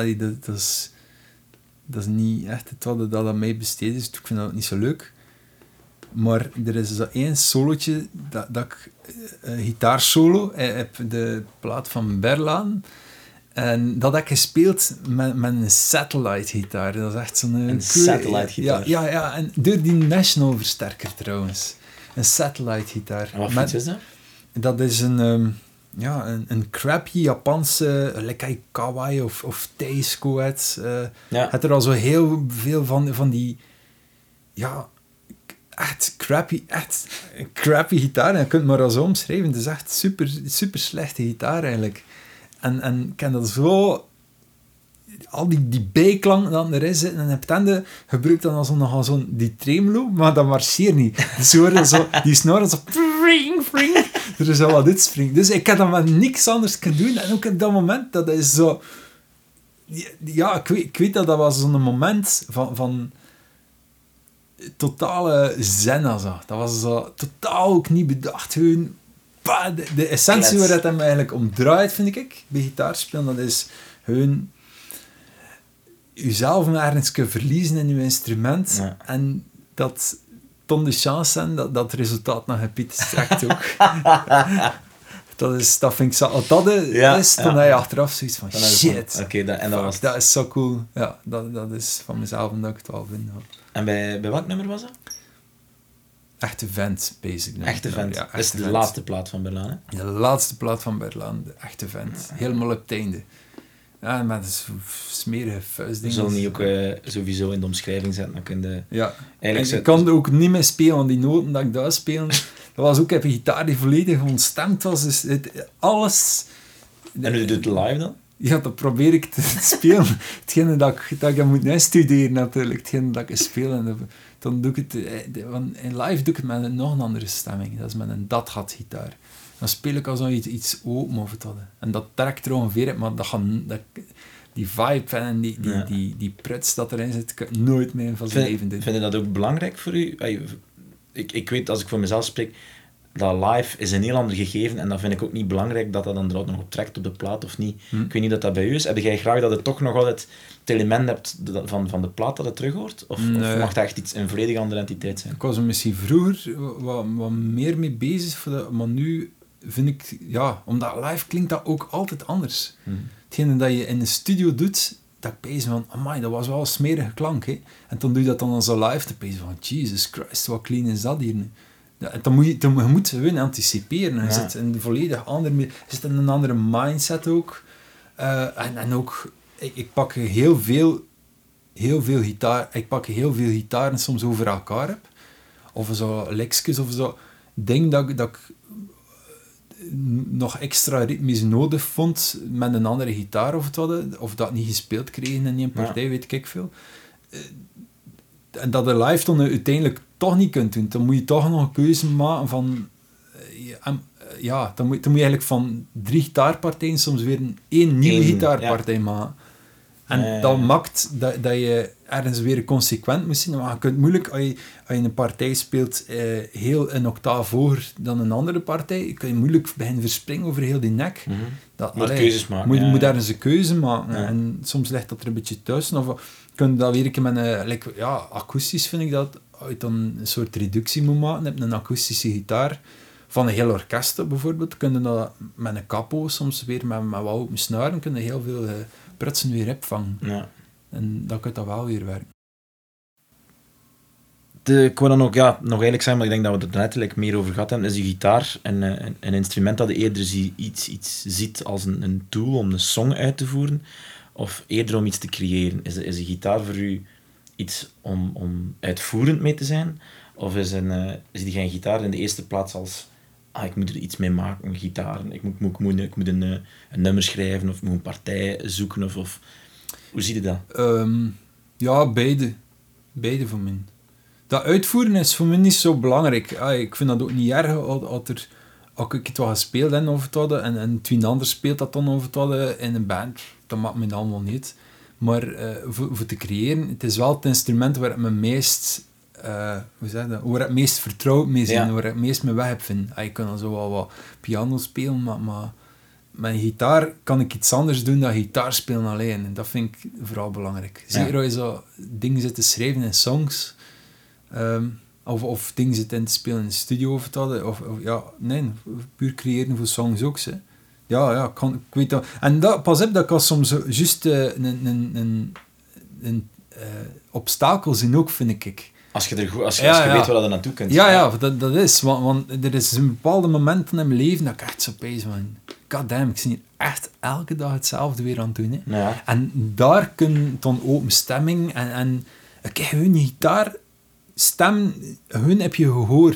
is niet echt het wat dat aan mij besteed is. Ik vind dat niet zo leuk. Maar er is zo 1 solootje dat ik gitaarsolo heb, de plaat van Berlaan. En dat heb ik gespeeld met een satellite gitaar. Dat is echt zo'n satellite gitaar? Ja, en door die National versterker trouwens. Een satellite gitaar. En wat is dat? Dat is een crappy Japanse, like Kawaii of Teisco. Het er al zo heel veel van die... Ja... Echt crappy gitaar. En je kunt het maar al zo omschrijven. Het is echt super, super slechte gitaar eigenlijk. En ik ken dat zo... Al die bijklank dat erin zit. En op het einde gebruikt dan nog zo'n die tremolo, maar dat marcheert niet. Dus die snoren zo... Fring. Er is al wat uitspringen. Dus ik heb dan met niks anders kunnen doen. En ook op dat moment, dat is zo... Ja, ik weet dat was zo'n moment van totale zen. Dat was zo totaal ook niet bedacht. De essentie waar het hem eigenlijk om draait, vind ik, bij gitaarspelen, dat is gewoon jezelf ergens kunnen verliezen in je instrument. Ja. En dat ton de chance zijn dat het resultaat naar het piet strekt ook. Dat vind ik zo... Dat is dan hij achteraf zoiets van shit. Dat is zo cool. Ja, dat is van mezelf dat ik het wel vind. En bij welk nummer was dat? Echte Vent, basically. Echte Vent. Ja, dat is de laatste plaat van Berlaan, hè? De laatste plaat van Berlaan, de Echte Vent. Helemaal op het einde. Ja, maar dat is smerige vuistdingen. We zullen die ook sowieso in de omschrijving zetten. Dan kun je ja, en ik kan er ook niet meer spelen, want die noten dat ik daar speel, dat was ook even een gitaar die volledig ontstemd was. Dus alles... En hoe doe je het live dan? Ja, dat probeer ik te spelen. Hetgene dat ik moet uitstuderen natuurlijk. Hetgene dat ik speel. En dan doe ik het... Want in live doe ik het met nog een andere stemming. Dat is met een dat-gat gitaar. Dan speel ik als iets open of het hadden. En dat trekt er ongeveer uit, maar die vibe en die pruts dat erin zit, kan ik nooit meer van zijn leven doen. Vind je dat ook belangrijk voor u? Ik weet, als ik voor mezelf spreek, dat live is een heel ander gegeven en dat vind ik ook niet belangrijk dat dan er nog op trekt op de plaat of niet. Ik weet niet dat bij u is. Heb jij graag dat het toch nog altijd het element hebt van de plaat dat het terug hoort? Of mag dat echt een volledig andere entiteit zijn? Ik was er misschien vroeger wat meer mee bezig, maar nu vind ik, ja, omdat live klinkt dat ook altijd anders. Hetgene dat je in de studio doet, dat ik bezig van, amai, dat was wel een smerige klank, hè. En dan doe je dat dan als een live, te bezig van, Jesus Christ, wat clean is dat hier nu? Ja, je moet gewoon anticiperen. Je zit in een volledig andere, zit in een andere mindset ook. En ook, ik pak heel veel gitaar, ik pak heel veel gitaren soms over elkaar heb. Of zo leksjes of zo. Ik denk dat ik nog extra ritmisch nodig vond met een andere gitaar of dat niet gespeeld kregen in die partij, weet ik veel. En dat de live dan uiteindelijk toch niet kunt doen. Dan moet je toch nog een keuze maken van... dan moet je eigenlijk van 3 gitaarpartijen soms weer één nieuwe gitaarpartij maken. En dat maakt dat je ergens weer consequent moet zijn. Maar je kunt moeilijk, als je een partij speelt heel een octaaf hoger dan een andere partij, kun je moeilijk beginnen verspringen over heel die nek. Keuzes maken. Je moet ergens een keuze maken. Ja. En soms ligt dat er een beetje tussen. Of kun je dat weer met een... akoestisch vind ik dat. Als je dan een soort reductie moet maken, heb je een akoestische gitaar van een heel orkest bijvoorbeeld, kun je dat met een capo soms weer met wat open snaren, kun je heel veel prutsen weer opvangen. Ja. En dan kan dat wel weer werken. Ik wil dan ook nog eerlijk zijn, maar ik denk dat we het er net meer over gehad hebben, is die gitaar een instrument dat je eerder iets ziet als een tool om een song uit te voeren, of eerder om iets te creëren. Is de gitaar voor u iets om uitvoerend mee te zijn? Of is die geen gitaar in de eerste plaats als ik moet er iets mee maken, een gitaar, ik moet een nummer schrijven of moet een partij zoeken of hoe zie je dat? Ja, beide voor mij. Dat uitvoeren is voor mij niet zo belangrijk. Ik vind dat ook niet erg als ik het wel gespeeld heb over het hadden en twee anderen speelt dat dan over het hadden in een band, dat maakt me allemaal niet. Maar voor te creëren, het is wel het instrument waar ik me meest waar ik meest vertrouwd mee zijn, waar ik meest mee weg heb vind. Ik kan dan zo wel wat piano spelen, maar met een gitaar kan ik iets anders doen dan gitaar spelen alleen. En dat vind ik vooral belangrijk. Zeker als je zo dingen zit te schrijven in songs, of dingen zit in te spelen in de studio of dat, puur creëren voor songs ook. Hè. Ik weet dat. En dat, pas op, dat kan soms juist een obstakel zijn ook, vind ik. Als je weet waar je naartoe kunt. Dat is. Want er is een bepaalde momenten in mijn leven dat ik echt zo bezig ben. Goddamn, ik ben hier echt elke dag hetzelfde weer aan het doen. Hè. Ja. En daar kun je dan open stemming en kijk, hun gitaarstem, hun heb je gehoor.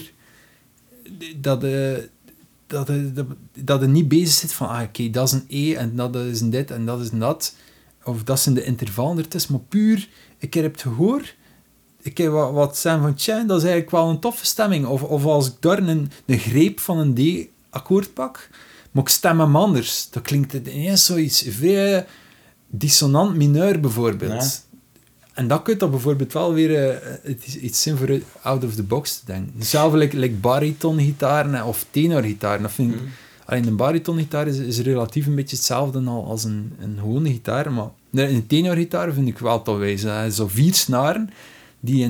Dat je niet bezig zit van, oké, dat is een E en dat is een dit en dat is een dat. Of dat zijn de intervallen ertussen. Maar puur, ik heb het gehoor. Ik heb wat zijn van, dat is eigenlijk wel een toffe stemming. Of als ik daar een greep van een D-akkoord pak, maar ik stem hem anders. Dan klinkt het ineens zoiets vrij dissonant mineur bijvoorbeeld. Ja. En dat kun je dan bijvoorbeeld wel weer iets zijn voor out of the box te denken. Hetzelfde like baritongitaar of tenorgitaar. Dat vind ik, alleen een baritongitaar is relatief een beetje hetzelfde als een gewone gitaar. Maar een tenorgitaar vind ik wel toch wijs. Zo 4 snaren die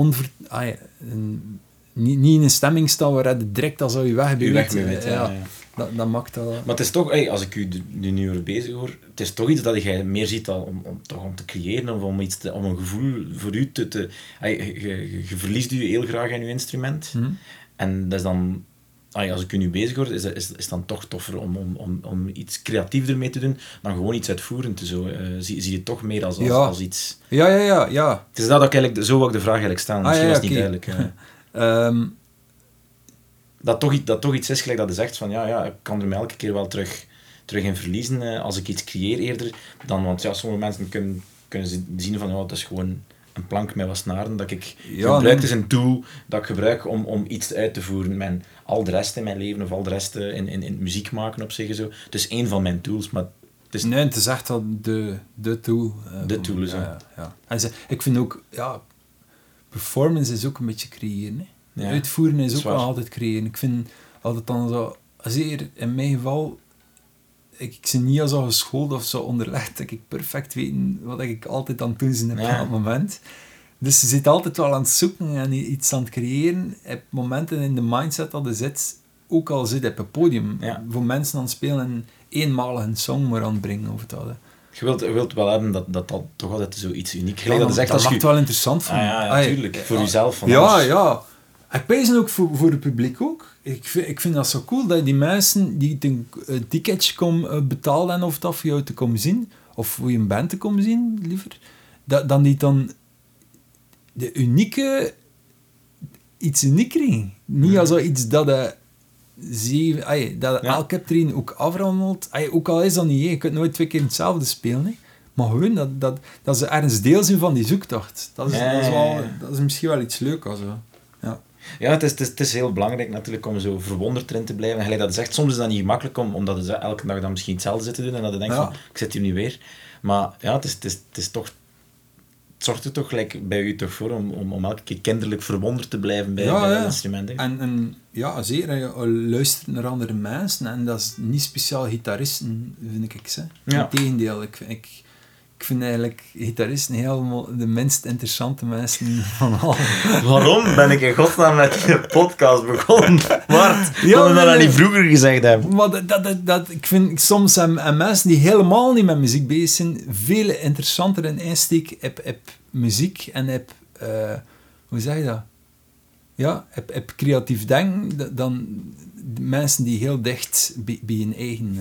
niet in een stemming staan waar je direct al zou je weg beweegt. Dat maakt dat... Maar het is toch, als ik u nu over bezig hoor, het is toch iets dat jij meer ziet om te creëren of om een gevoel voor u te je verliest u heel graag in uw instrument. Mm-hmm. En dat is dan, als ik u nu bezig hoor, is dan toch toffer om iets creatief ermee te doen dan gewoon iets uitvoerend. Zo. Zie je het toch meer als iets... Ja. Het is dat ik eigenlijk, zo wil ik de vraag eigenlijk stellen. Misschien was het niet duidelijk. Dat toch iets is, gelijk dat je zegt van ik kan er me elke keer wel terug in verliezen als ik iets creëer eerder. Want sommige mensen kunnen zien van het is gewoon een plank met wat snaren dat ik gebruik. Het is een tool dat ik gebruik om iets uit te voeren. Al de rest in mijn leven of al de rest in muziek maken op zich. Zo. Het is één van mijn tools, maar het is... Nee, het is echt wel de tool. De tool is ja. En ik vind ook, performance is ook een beetje creëren. Hè. Ja, uitvoeren is ook wel altijd creëren. Ik vind altijd dan zo, zeer in mijn geval, ik zie niet als al geschoold of zo onderlegd, dat ik perfect weet wat ik altijd aan het doen ben op dat moment. Dus je zit altijd wel aan het zoeken en iets aan het creëren. Op momenten in de mindset dat je zit, ook al zit op een podium, voor mensen aan het spelen en eenmalig een song maar aan het brengen over dat. Je wilt wel hebben dat toch altijd zoiets uniek is. Dat maakt wel interessant voor me. Ja, natuurlijk. Voor jezelf. Ja. Ik pijs ook voor het publiek ook. Ik vind dat zo cool dat die mensen die een ticketje komen betalen en of dat voor jou te komen zien, of voor je een band te komen zien, liever, dan die dan de unieke iets uniek krijgen. Niet als iets dat elke keer erin ook aframmelt. Ook al is dat niet, je kunt nooit 2 keer hetzelfde spelen. Hè. Maar gewoon dat ze ergens deel zijn van die zoektocht. Dat is misschien wel iets leuks. Also. Ja, het is heel belangrijk natuurlijk om zo verwonderd erin te blijven. En gelijk dat je zegt, soms is dat niet gemakkelijk omdat je elke dag dan misschien hetzelfde zit te doen en dat je denkt van, ik zit hier nu weer. Maar het is toch... Het zorgt er toch gelijk bij u toch voor om elke keer kinderlijk verwonderd te blijven bij het instrument. En zeker, je luistert naar andere mensen en dat is niet speciaal gitaristen, vind ik. Integendeel, ik vind eigenlijk gitaristen helemaal de minst interessante mensen van al. Waarom ben ik in godsnaam met die podcast begonnen? Bart, dat we dat niet vroeger gezegd hebben. Maar ik vind soms mensen die helemaal niet met muziek bezig zijn, veel interessanter in insteek op muziek en op, hoe zeg je dat? Ja, op creatief denken dan mensen die heel dicht bij hun eigen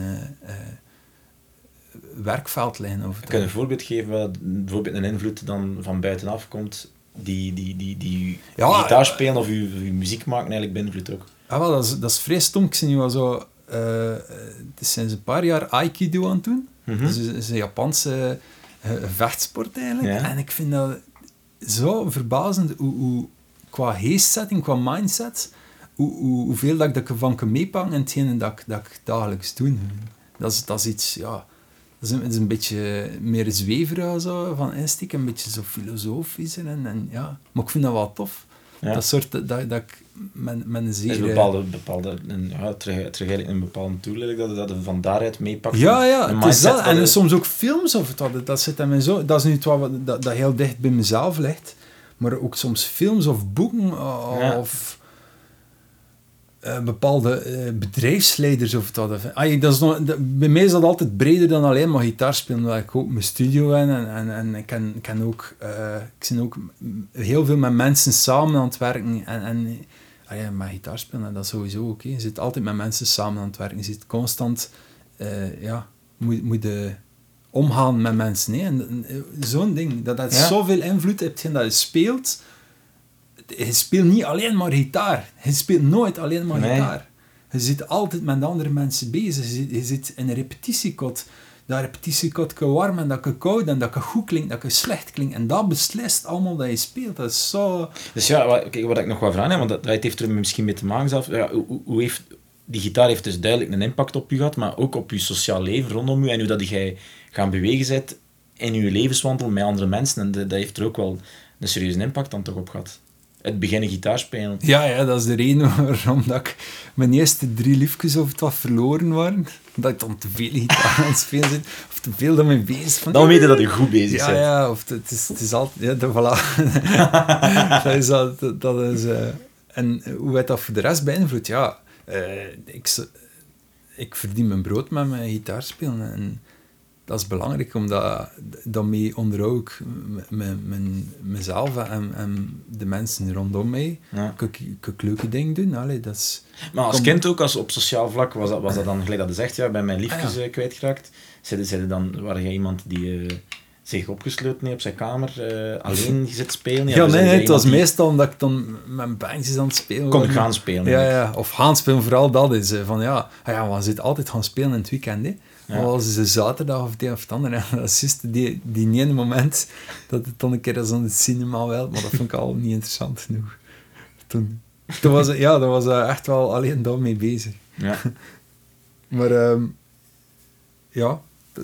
werkveld liggen. Kun je een voorbeeld geven wat bijvoorbeeld een invloed dan van buitenaf komt die gitaar spelen of uw muziek maken eigenlijk beïnvloedt ook? Ja, wel, dat is vrij stom. Ik zie nu al zo... het is sinds een paar jaar Aikido aan het doen. Mm-hmm. Dus het is een Japanse vechtsport eigenlijk. Ja. En ik vind dat zo verbazend hoe qua geestzetting, qua mindset, hoeveel dat ik ervan kan meepakken en hetgene dat ik dagelijks doe. Dat is iets... Ja, dat is een beetje meer zweverig zo, van insteek, een beetje zo filosofischer. En maar ik vind dat wel tof. Ja. Dat soort dat ik met een zeer... Is terug een bepaalde tool dat je van daaruit meepakt. Ja, het is dat. En soms ook films of dat zit aan mij zo. Dat is nu wat dat heel dicht bij mezelf ligt. Maar ook soms films of boeken of... bepaalde bedrijfsleiders of dat. Bij mij is dat altijd breder dan alleen maar gitaar spelen, omdat ik ook mijn studio ben en ik ken ook, ik ben ook heel veel met mensen samen aan het werken en met gitaar spelen, dat is sowieso ook. Je zit altijd met mensen samen aan het werken, je zit constant, moet omgaan met mensen. En zo'n ding, dat zoveel invloed hebt dat je speelt. Je speelt niet alleen maar gitaar. Je speelt nooit alleen maar gitaar. Je zit altijd met andere mensen bezig. Je zit in een repetitiekot. Dat repetitiekot kan warm en dat kan koud en dat kan goed klinkt, dat kan slecht klinkt. En dat beslist allemaal dat je speelt. Dat is zo... Dus wat ik nog wel vraag, want dat heeft er misschien mee te maken zelf. Hoe heeft... Die gitaar heeft dus duidelijk een impact op je gehad, maar ook op je sociaal leven rondom je en hoe dat jij gaan bewegen bent in je levenswandel met andere mensen. En dat heeft er ook wel een serieuze impact dan toch op gehad. Het beginnen gitaar spelen. Ja, dat is de reden waarom dat ik mijn eerste 3 liefjes of het wat verloren waren. Dat ik dan te veel gitaar aan het spelen zit. Of te veel daarmee bezig ben. Dan weet je dat je goed bezig bent. Ja, of het is altijd... Ja, voilà. dat is... En hoe werd dat voor de rest beïnvloed? Ja, ik verdien mijn brood met mijn gitaar spelen. En dat is belangrijk, omdat daarmee onderhoud ik mezelf en de mensen rondom mij. Ja. Ik leuke dingen doen. Allee, dat is, maar als kind ook, als op sociaal vlak, was dat dan, gelijk dat je zegt, ja, bij mijn liefjes kwijtgeraakt. Waren jij iemand die zich opgesloten heeft op zijn kamer, alleen zit spelen? Ja, nee, het was meestal omdat ik dan met mijn bandjes aan het spelen kon gaan spelen. Ja, of gaan spelen, vooral dat is. Van we zitten altijd gaan spelen in het weekend. Hè. Ja. Maar als het zaterdag of het andere, dat is juist die ene moment dat het dan een keer als aan het cinema wel, maar dat vond ik al niet interessant genoeg. Toen was echt wel alleen daarmee bezig. Ja. Maar ja,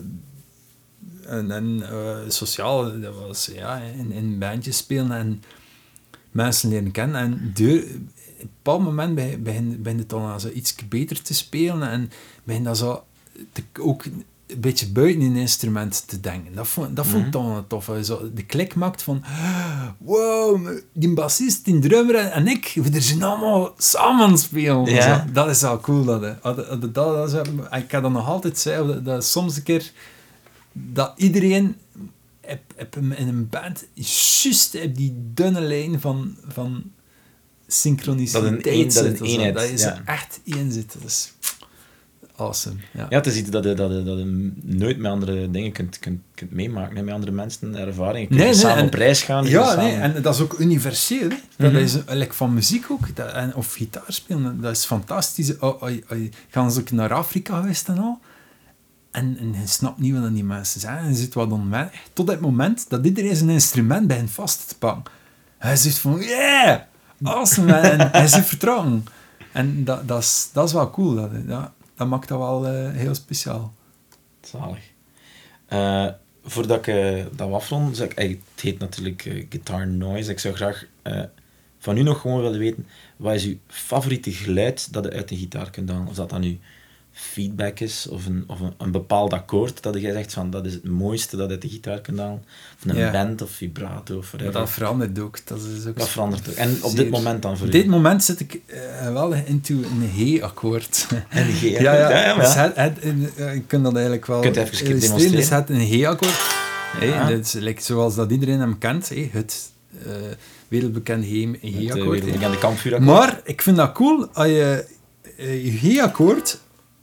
en sociaal, dat was in bandjes spelen en mensen leren kennen. En op een bepaald moment begin je dan zo iets beter te spelen en begin dat zo ook een beetje buiten een instrument te denken. Dat vond ik dan tof. Zo de klik maakt van wow, die bassist, die drummer en ik, we zijn allemaal samen spelen. Ja. Dat is wel cool. Ik kan dan nog altijd zeggen dat soms een keer dat iedereen in een band juist op die dunne lijn van synchroniciteit zit. Dat is echt één zit. Dat is awesome. Ja, het is iets dat je nooit met andere dingen kunt meemaken. Met andere mensen, ervaringen. Kun je samen op reis gaan. En dat is ook universeel. Hè. Dat is van muziek ook. Of gitaar spelen, dat is fantastisch. Gaan ze ook naar Afrika geweest en al. En je snapt niet wat die mensen zijn. En je zit wat dan tot het moment dat iedereen zijn instrument begint vast te pakken. Hij zegt van, yeah, awesome. En hij zit vertrouwen. En dat is wel cool. Dat maakt dat wel heel speciaal. Zalig. Voordat ik dat afrond, het heet natuurlijk Guitar Noise. Ik zou graag van u nog gewoon willen weten, wat is uw favoriete geluid dat je uit een gitaar kunt halen? Of dat dan nu feedback is, of een bepaald akkoord dat jij zegt van, dat is het mooiste dat je uit de gitaar kunt halen. Of een band, of vibrato, of whatever. Dat verandert ook. Dat verandert ook. En op dit moment dan voor u? Op dit moment zit ik wel into een G-akkoord. Een G-akkoord, ik kan dat eigenlijk wel... Kunt even demonstreren? Dus het een G-akkoord. Dat is zoals dat iedereen hem kent. Het wereldbekende G-akkoord. Wereldbekende kampvuurakkoord. Maar ik vind dat cool als je G-akkoord...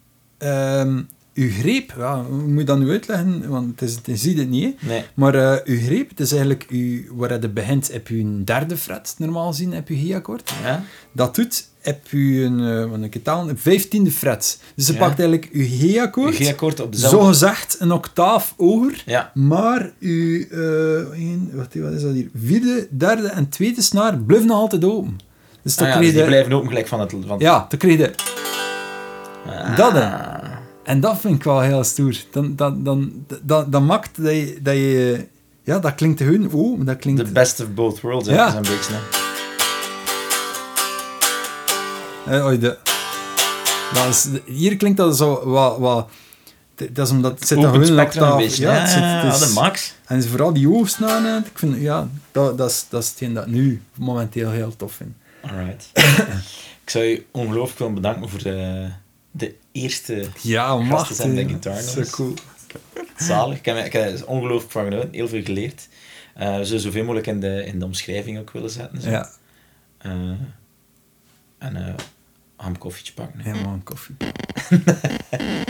uw greep, hoe moet je dat nu uitleggen? Want je ziet het niet. Nee. Maar uw greep, het is eigenlijk waar je begint, heb je een derde fret, normaal gezien, heb je G-akkoord. Ja. Dat doet, heb je een 15e fret. Dus je pakt eigenlijk uw G-akkoord, op dezelfde... zogezegd een octaaf hoger, maar uw, wat is dat hier? Vierde, derde en tweede snaar blijven nog altijd open. Dus dus die blijven open gelijk van het... Ja, dan krijg je... Dat, en dat vind ik wel heel stoer. Dan maakt dat je... Ja, dat klinkt hun. Oh, dat klinkt... The best of both worlds, een beetje. Hier klinkt dat zo wat dat is omdat het zit open een octaaf. De max. En vooral die oogsnaren, ik vind, dat is hetgeen dat nu momenteel heel tof vind. Alright. Ik zou je ongelooflijk willen bedanken voor de eerste gasten zijn bij Guitar Noise. Zo cool. Zalig. Ik heb er ongelooflijk van genoten, heel veel geleerd. We zullen zoveel mogelijk in de omschrijving ook willen zetten. Zo. Ja. En gaan we een koffietje pakken. Helemaal een koffie.